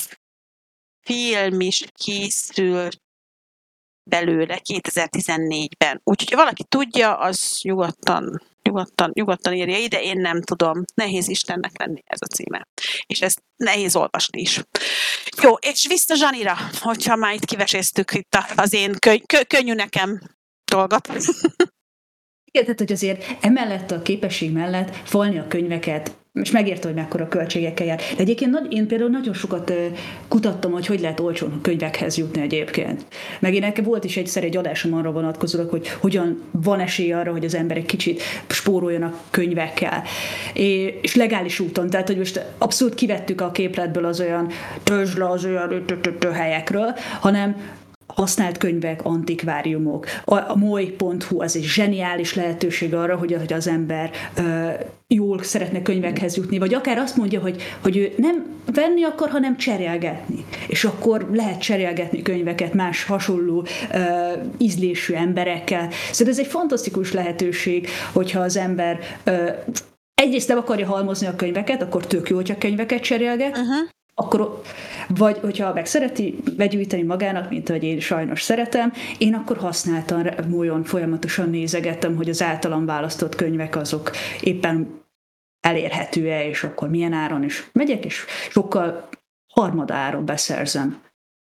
[SPEAKER 2] film is készült belőle 2014-ben. Úgyhogy ha valaki tudja, az nyugodtan írja ide, én nem tudom. Nehéz Istennek lenni, ez a címe. És ezt nehéz olvasni is. Jó, és vissza Zsanira, hogyha már itt kiveséztük itt az én könnyű nekem dolgot.
[SPEAKER 3] Igen, tehát hogy azért emellett a képesség mellett falni a könyveket, és megérte, hogy mekkora költségekkel jár. De egyébként én például nagyon sokat kutattam, hogy lehet olcsón a könyvekhez jutni egyébként. Meg én nekem volt is egyszer egy adásom arra vonatkozólag, hogy hogyan van esély arra, hogy az emberek kicsit spóroljanak könyvekkel. És legális úton, tehát hogy most abszolút kivettük a képletből az olyan tőzsle, az olyan helyekről, hanem használt könyvek, antikváriumok. A moly.hu az egy zseniális lehetőség arra, hogy az ember jól szeretne könyvekhez jutni, vagy akár azt mondja, hogy ő nem venni akar, hanem cserélgetni. És akkor lehet cserélgetni könyveket más hasonló ízlésű emberekkel. Szóval ez egy fantasztikus lehetőség, hogyha az ember egyrészt nem akarja halmozni a könyveket, akkor tök jó, hogyha könyveket cserélget, akkor, vagy hogyha meg szereti begyűjteni magának, mint ahogy én sajnos szeretem, én akkor használtan, molyon folyamatosan nézegettem, hogy az általam választott könyvek azok éppen elérhető-e, és akkor milyen áron is megyek, és sokkal harmadáron beszerzem.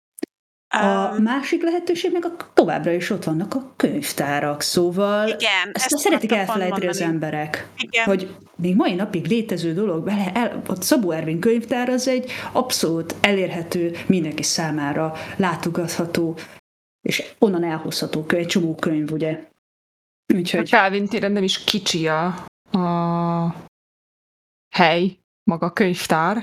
[SPEAKER 3] A másik lehetőség meg továbbra is ott vannak a könyvtárak, szóval
[SPEAKER 2] igen,
[SPEAKER 3] ezt szeretik elfelejteni az emberek,
[SPEAKER 2] igen.
[SPEAKER 3] Hogy még mai napig létező dolog, a Szabó Ervin könyvtár az egy abszolút elérhető, mindenki számára látogatható, és onnan elhozható egy csomó könyv, ugye.
[SPEAKER 1] Úgyhogy... A Kálvin téren nem is kicsi a hely, maga a könyvtár,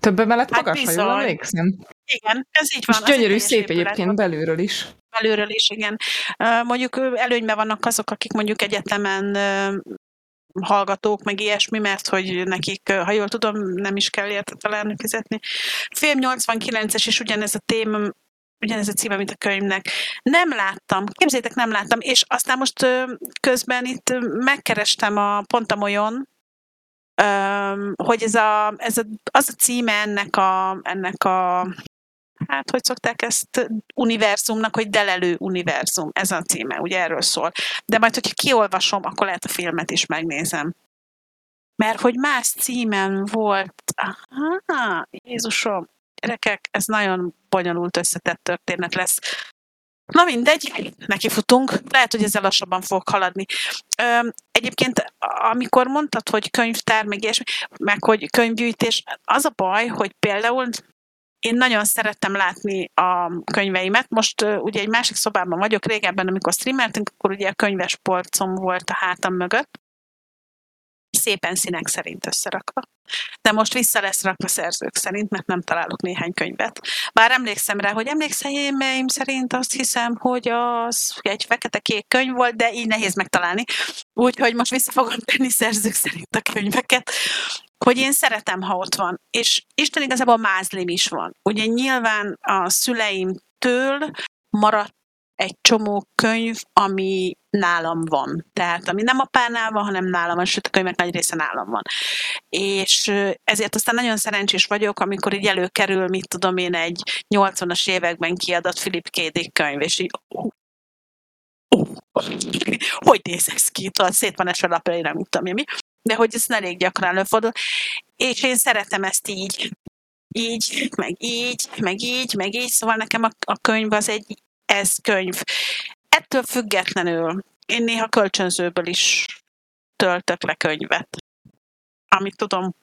[SPEAKER 1] Többen mellett
[SPEAKER 2] Hát
[SPEAKER 1] magas, ha jól
[SPEAKER 2] bizony.
[SPEAKER 1] emlékszem.
[SPEAKER 2] Igen, ez így van.
[SPEAKER 1] És
[SPEAKER 2] az egy
[SPEAKER 1] gyönyörű,
[SPEAKER 2] teljes
[SPEAKER 1] szép
[SPEAKER 2] épület
[SPEAKER 1] egyébként
[SPEAKER 2] van.
[SPEAKER 1] belülről is.
[SPEAKER 2] Belülről is, igen. Mondjuk előnyben vannak azok, akik mondjuk egyetemen hallgatók, meg ilyesmi, mert hogy nekik, ha jól tudom, nem is kell érte talán fizetni. Film 89-es, és ugyanez a téma, ugyanez a címe, mint a könyvnek. Nem láttam, képzétek, nem láttam, és aztán most közben itt megkerestem pont a Molyon, hogy az a címe ennek a hát hogy szokták ezt univerzumnak, hogy Delelő univerzum, ez a címe, ugye erről szól. De majd, hogyha kiolvasom, akkor lehet a filmet is megnézem. Mert hogy más címen volt, Jézusom, gyerekek, ez nagyon bonyolult összetett történet lesz. Na mindegy, nekifutunk. Lehet, hogy ezzel lassabban fogok haladni. Egyébként, amikor mondtad, hogy könyvtár, meg ilyesmi, meg hogy könyvgyűjtés, az a baj, hogy például én nagyon szerettem látni a könyveimet. Most ugye egy másik szobában vagyok, régebben, amikor streameltünk, akkor ugye a könyves polcom volt a hátam mögött, szépen színek szerint összerakva. De most vissza lesz rakva szerzők szerint, mert nem találok néhány könyvet. Bár emlékszem rá, hogy emlékszeim szerint azt hiszem, hogy az egy fekete-kék könyv volt, de így nehéz megtalálni. Úgyhogy most vissza fogom tenni szerzők szerint a könyveket, hogy én szeretem, ha ott van. És Isten igazából mázlim is van. Ugye nyilván a szüleimtől maradt egy csomó könyv, ami nálam van. Tehát ami nem apánál van, hanem nálam van, sőt a könyvek nagy része nálam van. És ezért aztán nagyon szerencsés vagyok, amikor így előkerül, mit tudom én, egy 80-as években kiadott Philip K. Dick könyv, és így hogy néz ez ki? Tudod, szét van esve lapjaira, mit tudom én mi. De hogy ez elég gyakran előfordul. És én szeretem ezt így, meg így, meg így, meg így. Szóval nekem a könyv az egy könyv. Ettől függetlenül én néha kölcsönzőből is töltök le könyvet. Amit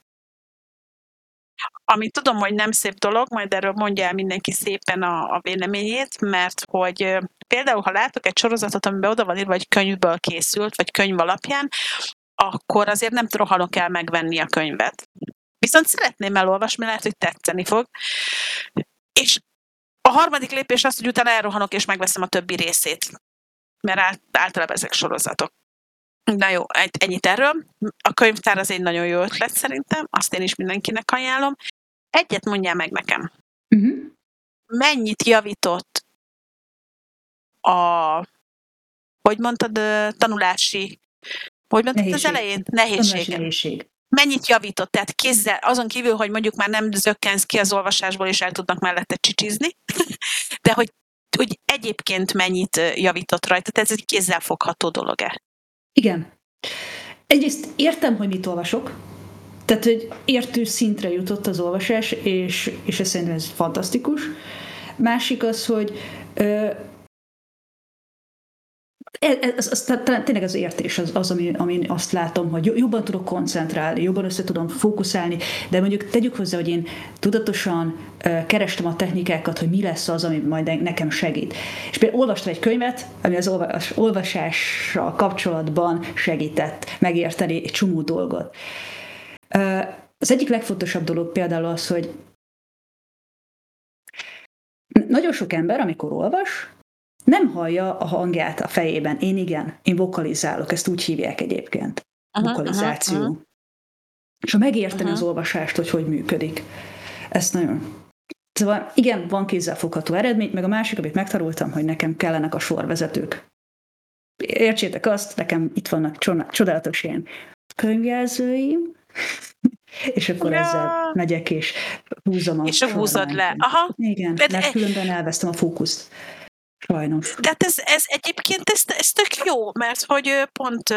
[SPEAKER 2] tudom, hogy nem szép dolog, majd erről mondja el mindenki szépen a véleményét, mert hogy például, ha látok egy sorozatot, amiben oda van írva, hogy könyvből készült, vagy könyv alapján, akkor azért nem rohanok el megvenni a könyvet. Viszont szeretném elolvasni, lehet, hogy tetszeni fog. És a harmadik lépés az, hogy utána elrohanok, és megveszem a többi részét. Mert általában ezek sorozatok. Na jó, ennyit erről. A könyvtár az egy nagyon jó ötlet szerintem, azt én is mindenkinek ajánlom. Egyet mondjál meg nekem.
[SPEAKER 3] Uh-huh.
[SPEAKER 2] Mennyit javított hogy mondtad, tanulási, hogy mondtad
[SPEAKER 3] Nehézség.
[SPEAKER 2] az elején? Nehézség. Mennyit javított? Tehát kézzel, azon kívül, hogy mondjuk már nem zökkensz ki az olvasásból, és el tudnak mellette csicsizni, de hogy egyébként mennyit javított rajta? Tehát ez egy kézzelfogható dolog-e?
[SPEAKER 3] Igen. Egyrészt értem, hogy mit olvasok, tehát, hogy értő szintre jutott az olvasás, és ez szerintem ez fantasztikus. Másik az, hogy tényleg az értés az ami azt látom, hogy jobban tudok koncentrálni, jobban össze tudom fókuszálni, de mondjuk tegyük hozzá, hogy én tudatosan kerestem a technikákat, hogy mi lesz az, ami majd nekem segít. És például olvastam egy könyvet, ami az olvasással kapcsolatban segített megérteni egy csomó dolgot. Az egyik legfontosabb dolog például az, hogy nagyon sok ember, amikor olvas, nem hallja a hangját a fejében. Én igen, én vokalizálok, ezt úgy hívják egyébként. Vokalizáció. És ha megérteni az olvasást, hogy működik. Ez nagyon... Szóval igen, van kézzelfogható eredmény, meg a másik, amit megtanultam, hogy nekem kellenek a sorvezetők. Értsétek azt, nekem itt vannak csodálatos ilyen könyvjelzőim, és akkor ezzel megyek, és húzom a
[SPEAKER 2] és húzod le. Aha.
[SPEAKER 3] Igen, mert különben elvesztem a fókuszt. Sajnos.
[SPEAKER 2] De hát ez egyébként ez tök jó, mert hogy pont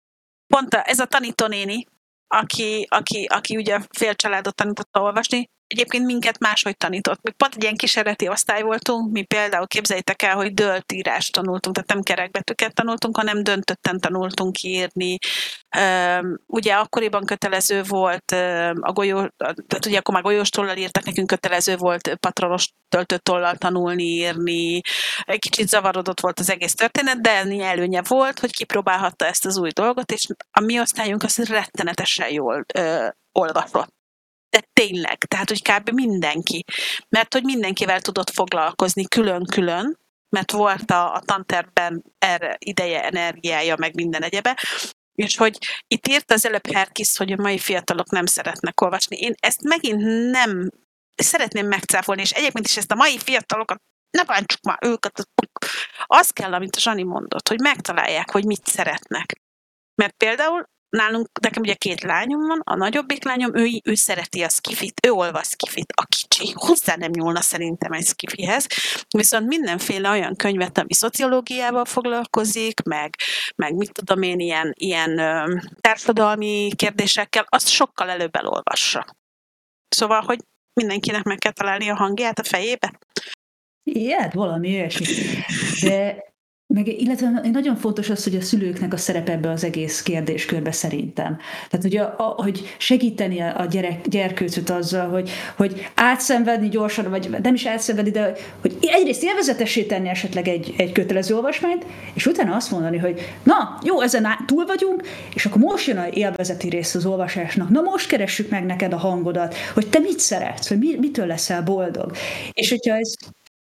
[SPEAKER 2] ez a tanítónéni, aki ugye fél családot tanította olvasni, egyébként minket máshogy tanított. Mi pont egy ilyen kísérleti osztály voltunk, mi például képzeljétek el, hogy dölt írást tanultunk, tehát nem kerekbetűket tanultunk, hanem döntötten tanultunk írni. Ugye akkoriban kötelező volt a golyó, tehát ugye akkor már golyóstollal írtak, nekünk kötelező volt patronos töltőtollal tanulni, írni. Egy kicsit zavarodott volt az egész történet, de ennyi előnye volt, hogy kipróbálhatta ezt az új dolgot, és a mi osztályunk az rettenetesen jól olvasott. De tényleg, tehát hogy kb. Mindenki. Mert hogy mindenkivel tudott foglalkozni külön-külön, mert volt a tantervben erre ideje, energiája, meg minden egyebe, és hogy itt írt az előbb Herkis, hogy a mai fiatalok nem szeretnek olvasni. Én ezt megint nem szeretném megcáfolni, és egyébként is ezt a mai fiatalokat, ne bántsuk már őket, az kell, amit a Zsani mondott, hogy megtalálják, hogy mit szeretnek. Mert például nálunk, nekem ugye 2 lányom van, a nagyobbik lányom, ő szereti a skifit, ő olvas skifit, a kicsi, hozzá nem nyúlna szerintem egy skifihez, viszont mindenféle olyan könyvet, ami szociológiával foglalkozik, meg mit tudom én, ilyen társadalmi kérdésekkel, azt sokkal előbb elolvassa. Szóval, hogy mindenkinek meg kell találni a hangját a fejébe.
[SPEAKER 3] Igen, valami ilyesmi. De illetve nagyon fontos az, hogy a szülőknek a szerepe ebbe az egész kérdéskörbe szerintem. Tehát ugye, hogy segíteni a gyerkőcöt azzal, hogy átszenvedni gyorsan, vagy nem is átszenvedni, de hogy egyrészt élvezetessé tenni esetleg egy kötelező olvasmányt, és utána azt mondani, hogy na, jó, ezen túl vagyunk, és akkor most jön a élvezeti rész az olvasásnak. Na most keressük meg neked a hangodat, hogy te mit szeretsz, hogy mitől leszel boldog. És hogyha ez...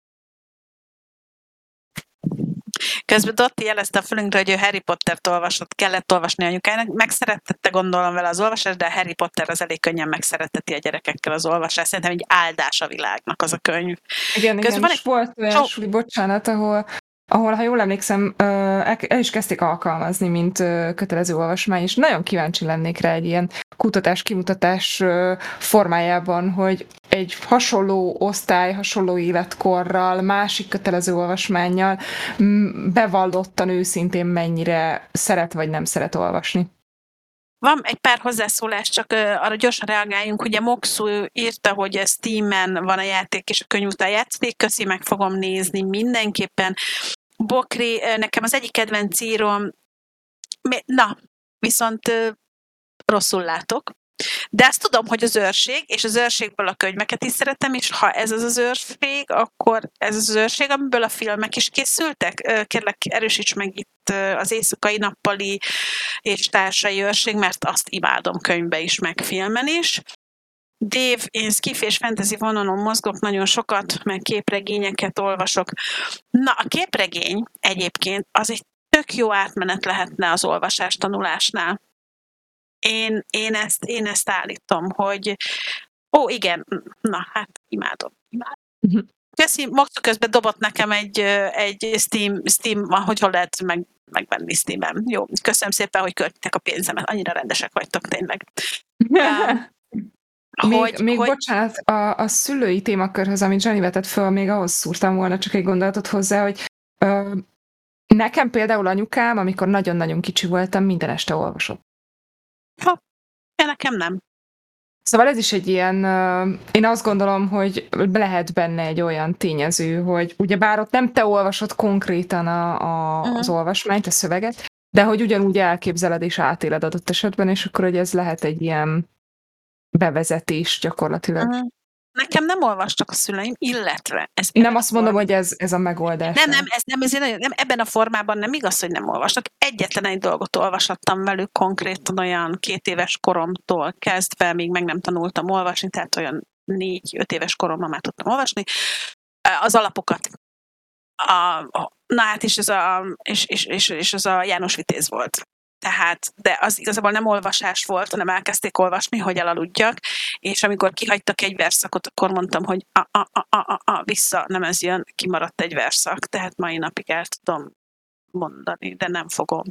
[SPEAKER 2] Közben Dotti jelezte a fülünkre, hogy ő Harry Pottert olvasott, kellett olvasni anyukának. Megszerettette, gondolom vele az olvasást, de a Harry Potter az elég könnyen megszeretteti a gyerekekkel az olvasást. Szerintem egy áldás a világnak az a könyv.
[SPEAKER 1] Igen, és volt olyan suli, bocsánat, ahol, ha jól emlékszem, el is kezdték alkalmazni, mint kötelező olvasmány, és nagyon kíváncsi lennék rá egy ilyen kutatás-kimutatás formájában, hogy egy hasonló osztály, hasonló életkorral, másik kötelező olvasmánnyal bevallottan őszintén mennyire szeret vagy nem szeret olvasni.
[SPEAKER 2] Van egy pár hozzászólás, csak arra gyorsan reagáljunk. Ugye Moxu írta, hogy a Steamen van a játék, és a könyv után játszik. Köszi, meg fogom nézni mindenképpen. Bokri, nekem az egyik kedvenc írom, viszont rosszul látok. De azt tudom, hogy az őrség, és az őrségből a könyveket is szeretem, és ha ez az őrség, akkor ez az őrség, amiből a filmek is készültek. Kérlek, erősíts meg itt az éjszakai nappali és társai őrség, mert azt imádom könyvbe is, meg filmen is. Dave, én sci-fi és fantasy vonalon mozgok nagyon sokat, meg képregényeket olvasok. Na, a képregény egyébként az egy tök jó átmenet lehetne az olvasás tanulásnál. Én ezt állítom, hogy igen, na hát imádom. Köszi, Moxu közben dobott nekem egy Steam, hogy hol lehet megvenni Steam-en. Jó, köszönöm szépen, hogy költitek a pénzemet, annyira rendesek vagytok tényleg.
[SPEAKER 1] Bocsánat, a szülői témakörhöz, amit Zsani vetett föl, még ahhoz szúrtam volna csak egy gondolatot hozzá, hogy nekem például anyukám, amikor nagyon-nagyon kicsi voltam, minden este olvasott.
[SPEAKER 2] Nekem nem.
[SPEAKER 1] Szóval ez is egy ilyen, én azt gondolom, hogy lehet benne egy olyan tényező, hogy ugyebár ott nem te olvasod konkrétan az olvasmányt, a szöveget, de hogy ugyanúgy elképzeled és átéled adott esetben, és akkor hogy ez lehet egy ilyen bevezetés gyakorlatilag.
[SPEAKER 2] Nekem nem olvastak a szüleim, illetve...
[SPEAKER 1] Nem azt mondom, hogy ez a megoldás.
[SPEAKER 2] Nem, ebben a formában nem igaz, hogy nem olvasnak. Egyetlen egy dolgot olvashattam velük konkrétan olyan 2 éves koromtól kezdve, még meg nem tanultam olvasni, tehát olyan 4-5 éves koromban már tudtam olvasni. Az alapokat. Na hát és ez a János Vitéz volt. Tehát, de az igazából nem olvasás volt, hanem elkezdték olvasni, hogy elaludjak, és amikor kihagytak egy verszakot, akkor mondtam, hogy vissza, nem ez jön, kimaradt egy verszak, tehát mai napig el tudom mondani, de nem fogom.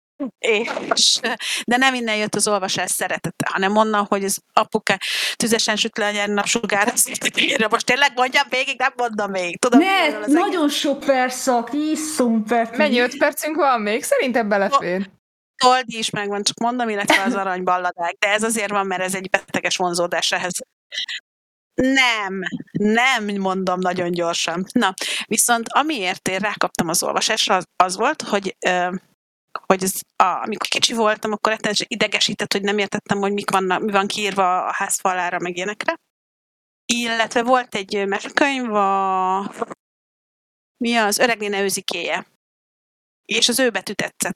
[SPEAKER 2] De nem innen jött az olvasás szeretete, hanem onnan, hogy az apuka tüzesen süt le a nyári napsugár, most tényleg mondjam végig, nem mondom még. Tudom,
[SPEAKER 3] nagyon sok verszak, iszom perc.
[SPEAKER 1] Mennyi 5 percünk van még? Szerintem belefér.
[SPEAKER 2] Toldi is megvan, csak mondom, illetve az aranyballadák, de ez azért van, mert ez egy beteges vonzódás ehhez. Nem mondom nagyon gyorsan. Na, viszont amiért én rákaptam az olvasásra, az volt, hogy amikor kicsi voltam, akkor rettenetesen idegesített, hogy nem értettem, hogy mi van kiírva a ház falára, meg ilyenekre. Illetve volt egy mesekönyv, mi az Öreg néne őzikéje. És az ő betű tetszett.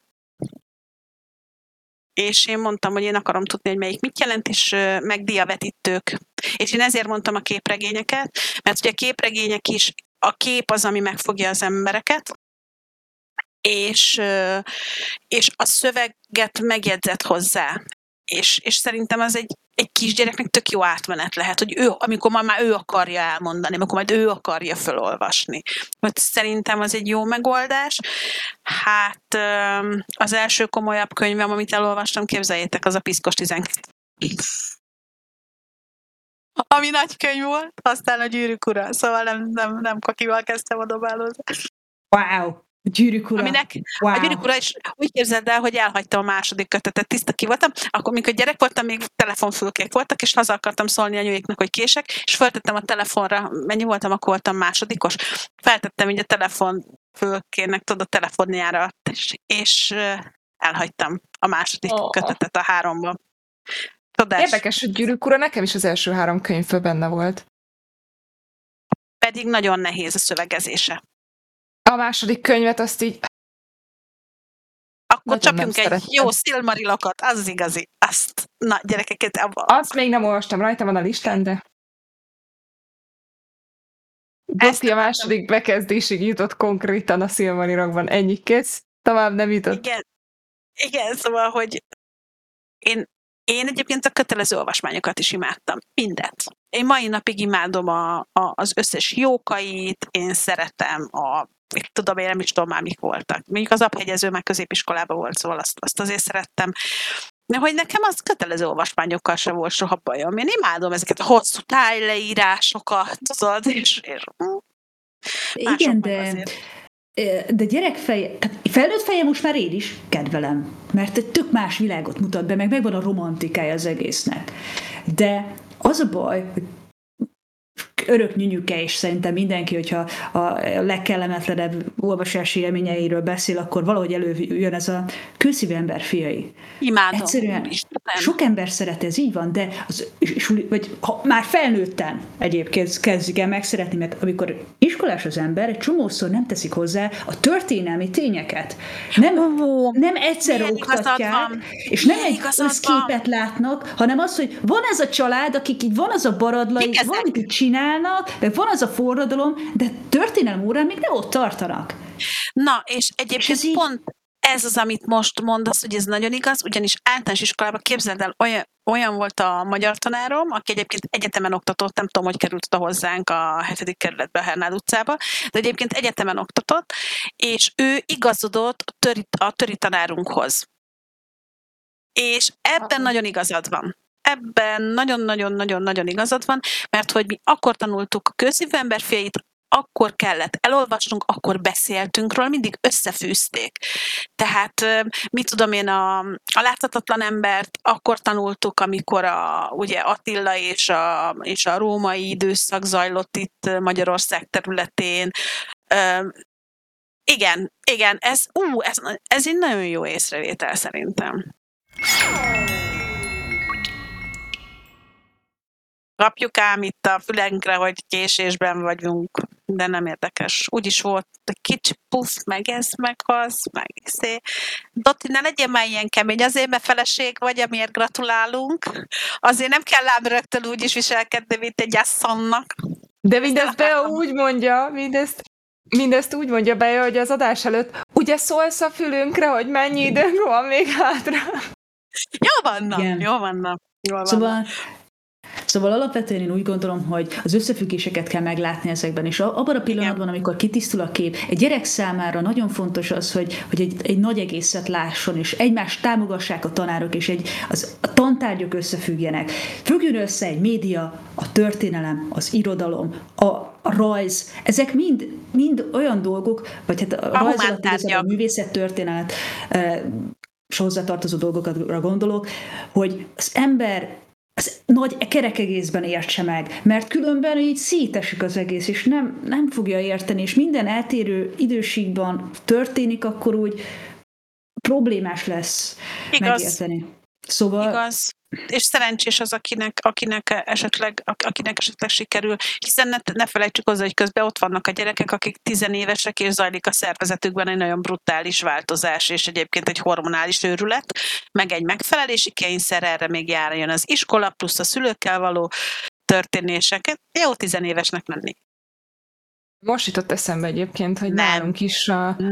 [SPEAKER 2] És én mondtam, hogy én akarom tudni, hogy melyik mit jelent, és meg diavetítők. És én ezért mondtam a képregényeket, mert ugye a képregények is, a kép az, ami megfogja az embereket, és a szöveget megjegyzett hozzá. És szerintem az egy kisgyereknek tök jó átmenet lehet, hogy amikor már ő akarja elmondani, amikor majd ő akarja felolvasni. Hogy szerintem az egy jó megoldás. Hát az első komolyabb könyvem, amit elolvastam, képzeljétek, az a Piszkos 12. Ami nagy könyv volt, aztán a Gyűrűk ura. Szóval nem kakival kezdtem a dobálózást.
[SPEAKER 3] Wow! A Gyűrűk ura.
[SPEAKER 2] Wow. A Gyűrűk ura is úgy képzeld el, hogy elhagytam a második kötetet, tiszta ki voltam. Akkor, amikor gyerek voltam, még telefonfülkék voltak, és haza akartam szólni anyuéknak, hogy kések, és feltettem a telefonra, mennyi voltam, akkor voltam másodikos, feltettem így a telefonfülkének, tudod, a telefonjára, és elhagytam a második kötetet a 3-ban. Tudás.
[SPEAKER 1] Érdekes, hogy Gyűrűk ura nekem is az első 3 könyvből benne volt.
[SPEAKER 2] Pedig nagyon nehéz a szövegezése.
[SPEAKER 1] A második könyvet azt így...
[SPEAKER 2] Akkor csapjunk egy jó Silmarilokot, az igazi. Azt, na gyerekeket...
[SPEAKER 1] Azt még nem olvastam, rajta van a listán, de... Dotti a második bekezdésig jutott konkrétan a Silmarilokban, ennyi kész, tovább nem jutott.
[SPEAKER 2] Igen, szóval, hogy én egyébként a kötelező olvasmányokat is imádtam. Mindet. Én mai napig imádom az összes jókait, én szeretem én nem is tudom már mik voltak. Mondjuk az Abbhegyező már középiskolában volt, szóval azt azért szerettem. De hogy nekem az kötelező olvasmányokkal sem volt soha bajom. Én imádom ezeket a hosszú tájleírásokat, tudod, és
[SPEAKER 3] igen, de gyerekfeje, felnőtt feje most már én is kedvelem, mert egy tök más világot mutat be, meg megvan a romantikája az egésznek. De az a baj, hogy örök nyűnyüke, és szerintem mindenki, hogyha a legkellemetlenebb olvasási élményeiről beszél, akkor valahogy előjön ez a Kőszívű ember fiai.
[SPEAKER 2] Imádom.
[SPEAKER 3] Egyszerűen sok ember szereti, ez így van, de vagy ha már felnőtten egyébként kezdjük el megszeretni, mert amikor iskolás az ember, egy csomószor nem teszik hozzá a történelmi tényeket. Nem egyszer oktatják, és nem egy összképet látnak, hanem az, hogy van ez a család, akik így van az a baradla, és valamit itt csinálnak, meg van az a forradalom, de történelmi órán még nem ott tartanak.
[SPEAKER 2] Na, és egyébként pont ez az, amit most mondasz, hogy ez nagyon igaz, ugyanis általános iskolában képzeld el, olyan volt a magyar tanárom, aki egyébként egyetemen oktatott, nem tudom, hogy került oda hozzánk a 7. kerületbe, a Hernád utcába, de egyébként egyetemen oktatott, és ő igazodott a töri tanárunkhoz. És ebben nagyon igazad van. Ebben nagyon-nagyon-nagyon-nagyon igazad van, mert hogy mi akkor tanultuk a Kőszívű ember fiait, akkor kellett elolvasnunk, akkor beszéltünk róla, mindig összefűzték. Tehát, mit tudom én, a láthatatlan embert akkor tanultuk, amikor ugye Attila és a római időszak zajlott itt Magyarország területén. Igen, ez egy nagyon jó észrevétel szerintem. Kapjuk ám itt a fülenkre, hogy késésben vagyunk, de nem érdekes. Úgyis volt egy kicsi puff, meg ez, meg az, meg szé. Dotti, ne legyen már ilyen kemény, azért, mert feleség vagy, amiért gratulálunk. Azért nem kell ám rögtön úgy is viselkedni, mint egy asszonynak.
[SPEAKER 1] De mindezt Bea úgy mondja, mindezt úgy mondja be, hogy az adás előtt ugye szólsz a fülünkre, hogy mennyi időnk van még hátra.
[SPEAKER 2] Jó vannak.
[SPEAKER 3] Szóval alapvetően én úgy gondolom, hogy az összefüggéseket kell meglátni ezekben, és abban a pillanatban, amikor kitisztul a kép, egy gyerek számára nagyon fontos az, hogy egy nagy egészet lásson, és egymást támogassák a tanárok, és a tantárgyok összefüggjenek. Függjön össze egy média, a történelem, az irodalom, a rajz, ezek mind olyan dolgok, vagy hát a rajz alatt igazából a művészettörténet és hozzátartozó dolgokra gondolok, hogy az ember az nagy kerek egészben értse meg, mert különben így szétesik az egész, és nem fogja érteni, és minden eltérő időségben történik, akkor úgy problémás lesz megérteni. Szóval...
[SPEAKER 2] Igaz. És szerencsés az, akinek esetleg sikerül, hiszen ne felejtsük hozzá, hogy közben ott vannak a gyerekek, akik 10 évesek, és zajlik a szervezetükben egy nagyon brutális változás, és egyébként egy hormonális őrület, meg egy megfelelési kényszer, erre még jön az iskola, plusz a szülőkkel való történéseket. Jó 10 évesnek lenni.
[SPEAKER 1] Most jutott eszembe egyébként, hogy nálunk is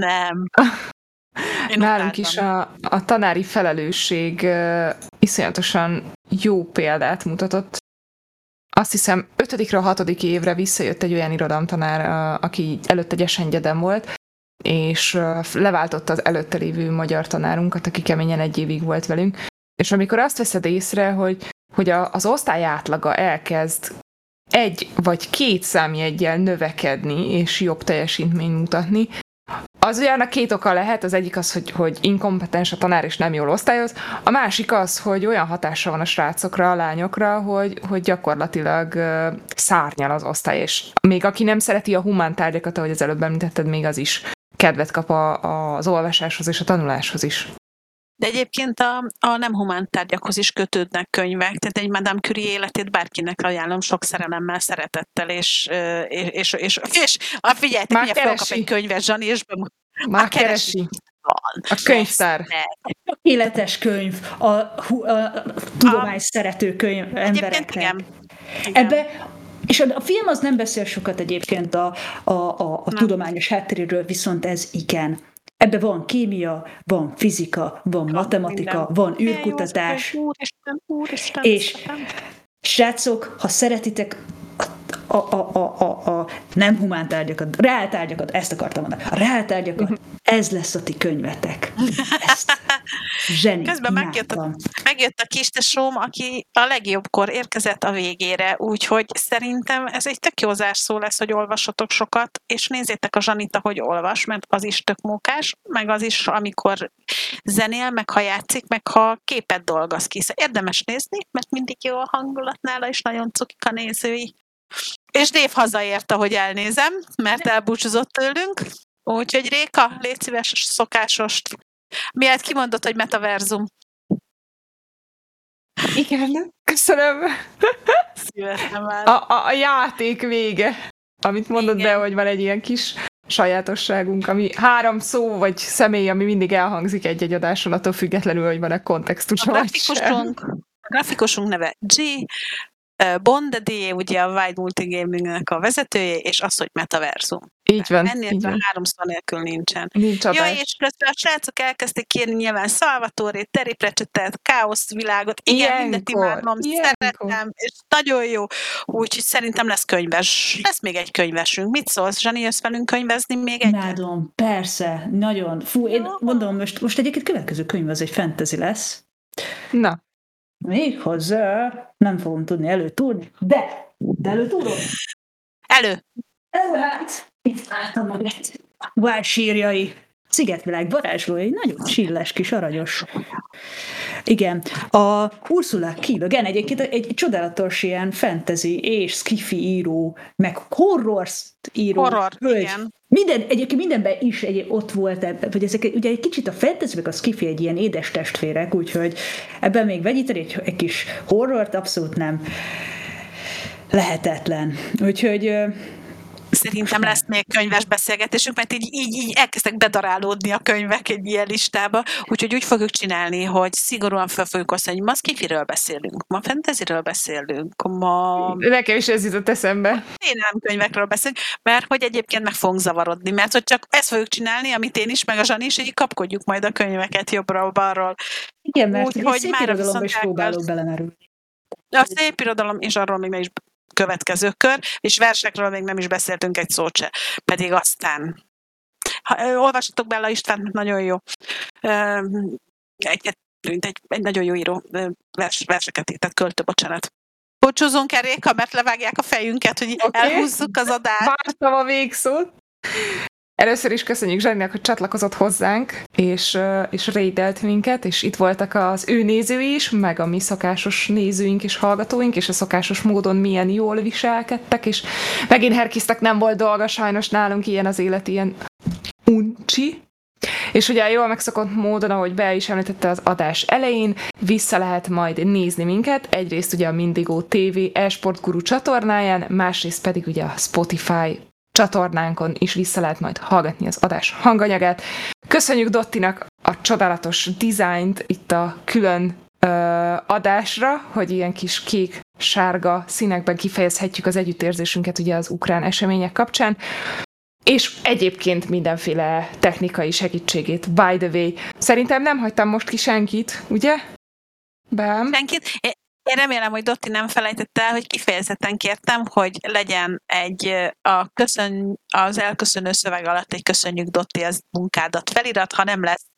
[SPEAKER 1] nálunk is a tanári felelősség iszonyatosan jó példát mutatott. Azt hiszem 5-ről 6. évre visszajött egy olyan irodalomtanár, aki előtte gyesengyeden volt, és leváltotta az előtte lévő magyar tanárunkat, aki keményen 1 évig volt velünk. És amikor azt veszed észre, hogy az osztály átlaga elkezd 1 vagy 2 számjeggyel növekedni, és jobb teljesítményt mutatni, az ugyan a 2 oka lehet, az egyik az, hogy inkompetens a tanár és nem jól osztályoz, a másik az, hogy olyan hatása van a srácokra, a lányokra, hogy gyakorlatilag szárnyal az osztály, és még aki nem szereti a humántárgyakat, ahogy az előbb említetted, még az is kedvet kap az olvasáshoz és a tanuláshoz is.
[SPEAKER 2] De egyébként a nem humántárgyakhoz is kötődnek könyvek, tehát egy Madame Curie életét bárkinek ajánlom sok szerelemmel, szeretettel, és figyeljetek, mindjárt felkap egy könyvet, Zsani, és
[SPEAKER 1] már keresi. A könyvtár.
[SPEAKER 3] Életes könyv, a tudomány szerető könyv embereknek.
[SPEAKER 2] Igen.
[SPEAKER 3] Ebbe, és a film az nem beszél sokat egyébként a tudományos háttéréről, viszont ez igen. Ebben van kémia, van fizika, van matematika, minden. Van űrkutatás.
[SPEAKER 2] Úristen,
[SPEAKER 3] és srácok, ha szeretitek a nem humán tárgyakat, reáltárgyakat, ezt akartam mondani, a reáltárgyakat, ez lesz a ti könyvetek. Ezt zseni.
[SPEAKER 2] Közben megjött a kistesóm, aki a legjobbkor érkezett a végére, úgyhogy szerintem ez egy tök jó zárszó lesz, hogy olvassatok sokat, és nézzétek a Zsanita, hogy olvas, mert az is tök mókás, meg az is, amikor zenél, meg ha játszik, meg ha képet dolgoz ki. Érdemes nézni, mert mindig jó a hangulat nála, és nagyon cukik a nézői. És Dave hazaért, ahogy elnézem, mert elbúcsúzott tőlünk. Úgyhogy Réka, légy szíves, szokásost. Miért kimondott, hogy metaverzum?
[SPEAKER 1] Igen, köszönöm.
[SPEAKER 2] Szívesen már.
[SPEAKER 1] A játék vége, amit mondod be, hogy van egy ilyen kis sajátosságunk, ami 3 szó vagy személy, ami mindig elhangzik egy-egy adáson, attól függetlenül, hogy van-e kontextus.
[SPEAKER 2] A grafikusunk neve G, Bondedé, ugye a Wide Multigaming-nek a vezetője, és az, hogy metaverzum.
[SPEAKER 1] Így van.
[SPEAKER 2] Ennél 3 szó nélkül nincsen.
[SPEAKER 1] Nincs adás.
[SPEAKER 2] Jaj, és közben a srácok elkezdték kérni nyilván Salvatore, Terry Pratchettet, Káosz világot. Igen, mindent imádom, szeretem, és nagyon jó. Úgyhogy szerintem lesz könyves. Lesz még egy könyvesünk. Mit szólsz, Zsani, jössz velünk könyvezni még egyet?
[SPEAKER 3] Imádom, persze, nagyon. Fú, én mondom, most egyébként következő könyv az egy fantasy lesz.
[SPEAKER 1] Na.
[SPEAKER 3] Méghozzá nem fogom tudni előtúrni, de előtúrom. Hát, itt álltam magát. Wild sírjai. Szigetvilág varázslói, nagyon csilles kis aranyos. Igen, a Ursula K. Le Guin egyébként egy csodálatos ilyen fantasy és sci-fi író, meg horror író.
[SPEAKER 2] Igen.
[SPEAKER 3] Egyébként mindenben is ott volt ebben, hogy ezek ugye egy kicsit a fantasy meg a sci-fi egy ilyen édes testvérek, úgyhogy ebben még vegyíteni egy kis horrort abszolút nem lehetetlen. Úgyhogy
[SPEAKER 2] szerintem lesz még könyves beszélgetésünk, mert így elkezdtek bedarálódni a könyvek egy ilyen listába, úgyhogy úgy fogjuk csinálni, hogy szigorúan fel fogjuk osztani, hogy ma sci-firől beszélünk, ma fantasyről beszélünk, ma...
[SPEAKER 1] Nekem is ez jutott eszembe.
[SPEAKER 2] Én nem könyvekről beszélünk, mert hogy egyébként meg fogunk zavarodni, mert hogy csak ezt fogjuk csinálni, amit én is, meg a Zsani is, így kapkodjuk majd a könyveket jobbra-balról.
[SPEAKER 3] Igen, mert úgy, szép irodalomba is próbálok belemerülni.
[SPEAKER 2] A szép irodalom, és arról még ne is következő kör, és versekről még nem is beszéltünk egy szót se. Pedig aztán olvassatok Bella Istvánt, mert nagyon jó. Egy nagyon jó író verseket írt, tehát költő, bocsánat. Búcsúzzunk el, Réka, mert levágják a fejünket, hogy elhúzzuk az adást.
[SPEAKER 1] Vártam a végszót. Először is köszönjük Zseninek, hogy csatlakozott hozzánk, és raidelt minket, és itt voltak az ő nézői is, meg a mi szokásos nézőink és hallgatóink, és a szokásos módon milyen jól viselkedtek, és megint Herkisznek nem volt dolga, sajnos nálunk ilyen az élet, ilyen uncsi. És ugye jól megszokott módon, ahogy be is említette az adás elején, vissza lehet majd nézni minket, egyrészt ugye a Mindigo TV eSport Guru csatornáján, másrészt pedig ugye a Spotify csatornánkon is vissza lehet majd hallgatni az adás hanganyagát. Köszönjük Dottinak a csodálatos dizájnt itt a külön adásra, hogy ilyen kis kék-sárga színekben kifejezhetjük az együttérzésünket ugye az ukrán események kapcsán. És egyébként mindenféle technikai segítségét, by the way. Szerintem nem hagytam most ki senkit, ugye? Bám.
[SPEAKER 2] Senkit? Én remélem, hogy Dotti nem felejtette el, hogy kifejezetten kértem, hogy legyen az elköszönő szöveg alatt egy köszönjük Dotti az munkádat felirat, ha nem lesz.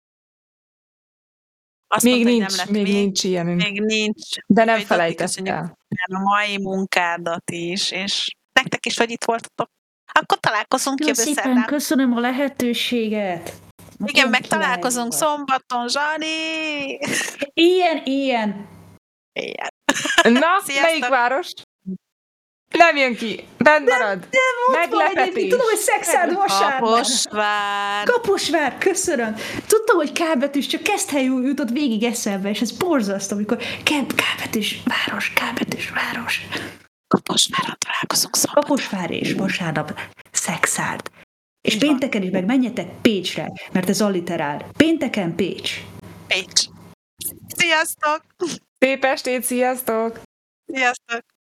[SPEAKER 2] Azt
[SPEAKER 1] még
[SPEAKER 2] mondta,
[SPEAKER 1] nincs ilyenünk.
[SPEAKER 2] Még nincs.
[SPEAKER 1] De nem felejtett el.
[SPEAKER 2] A mai munkádat is, és nektek is, hogy itt voltatok. Akkor találkozunk jövő
[SPEAKER 3] szépen
[SPEAKER 2] szerdán.
[SPEAKER 3] Köszönöm a lehetőséget.
[SPEAKER 2] Igen, meg találkozunk szombaton, Zsani!
[SPEAKER 3] Ilyen.
[SPEAKER 1] Na,
[SPEAKER 2] Sziasztok!
[SPEAKER 1] melyik város? Nem jön ki. Bent marad. Meglepetés.
[SPEAKER 3] Tudom, hogy Szexárd vasárnap. Kaposvár, köszönöm. Tudtam, hogy K-betűs, csak Keszthely jutott végig eszembe, és ez borzasztó, amikor K-betűs város.
[SPEAKER 2] Kaposváron találkozunk szombaton.
[SPEAKER 3] Kaposvár és vasárnap Szexárd. És pénteken is meg menjetek Pécsre, mert ez alliterál. Pénteken Pécs.
[SPEAKER 2] Pécs. Sziasztok!
[SPEAKER 1] Szép estét, sziasztok!
[SPEAKER 2] Sziasztok!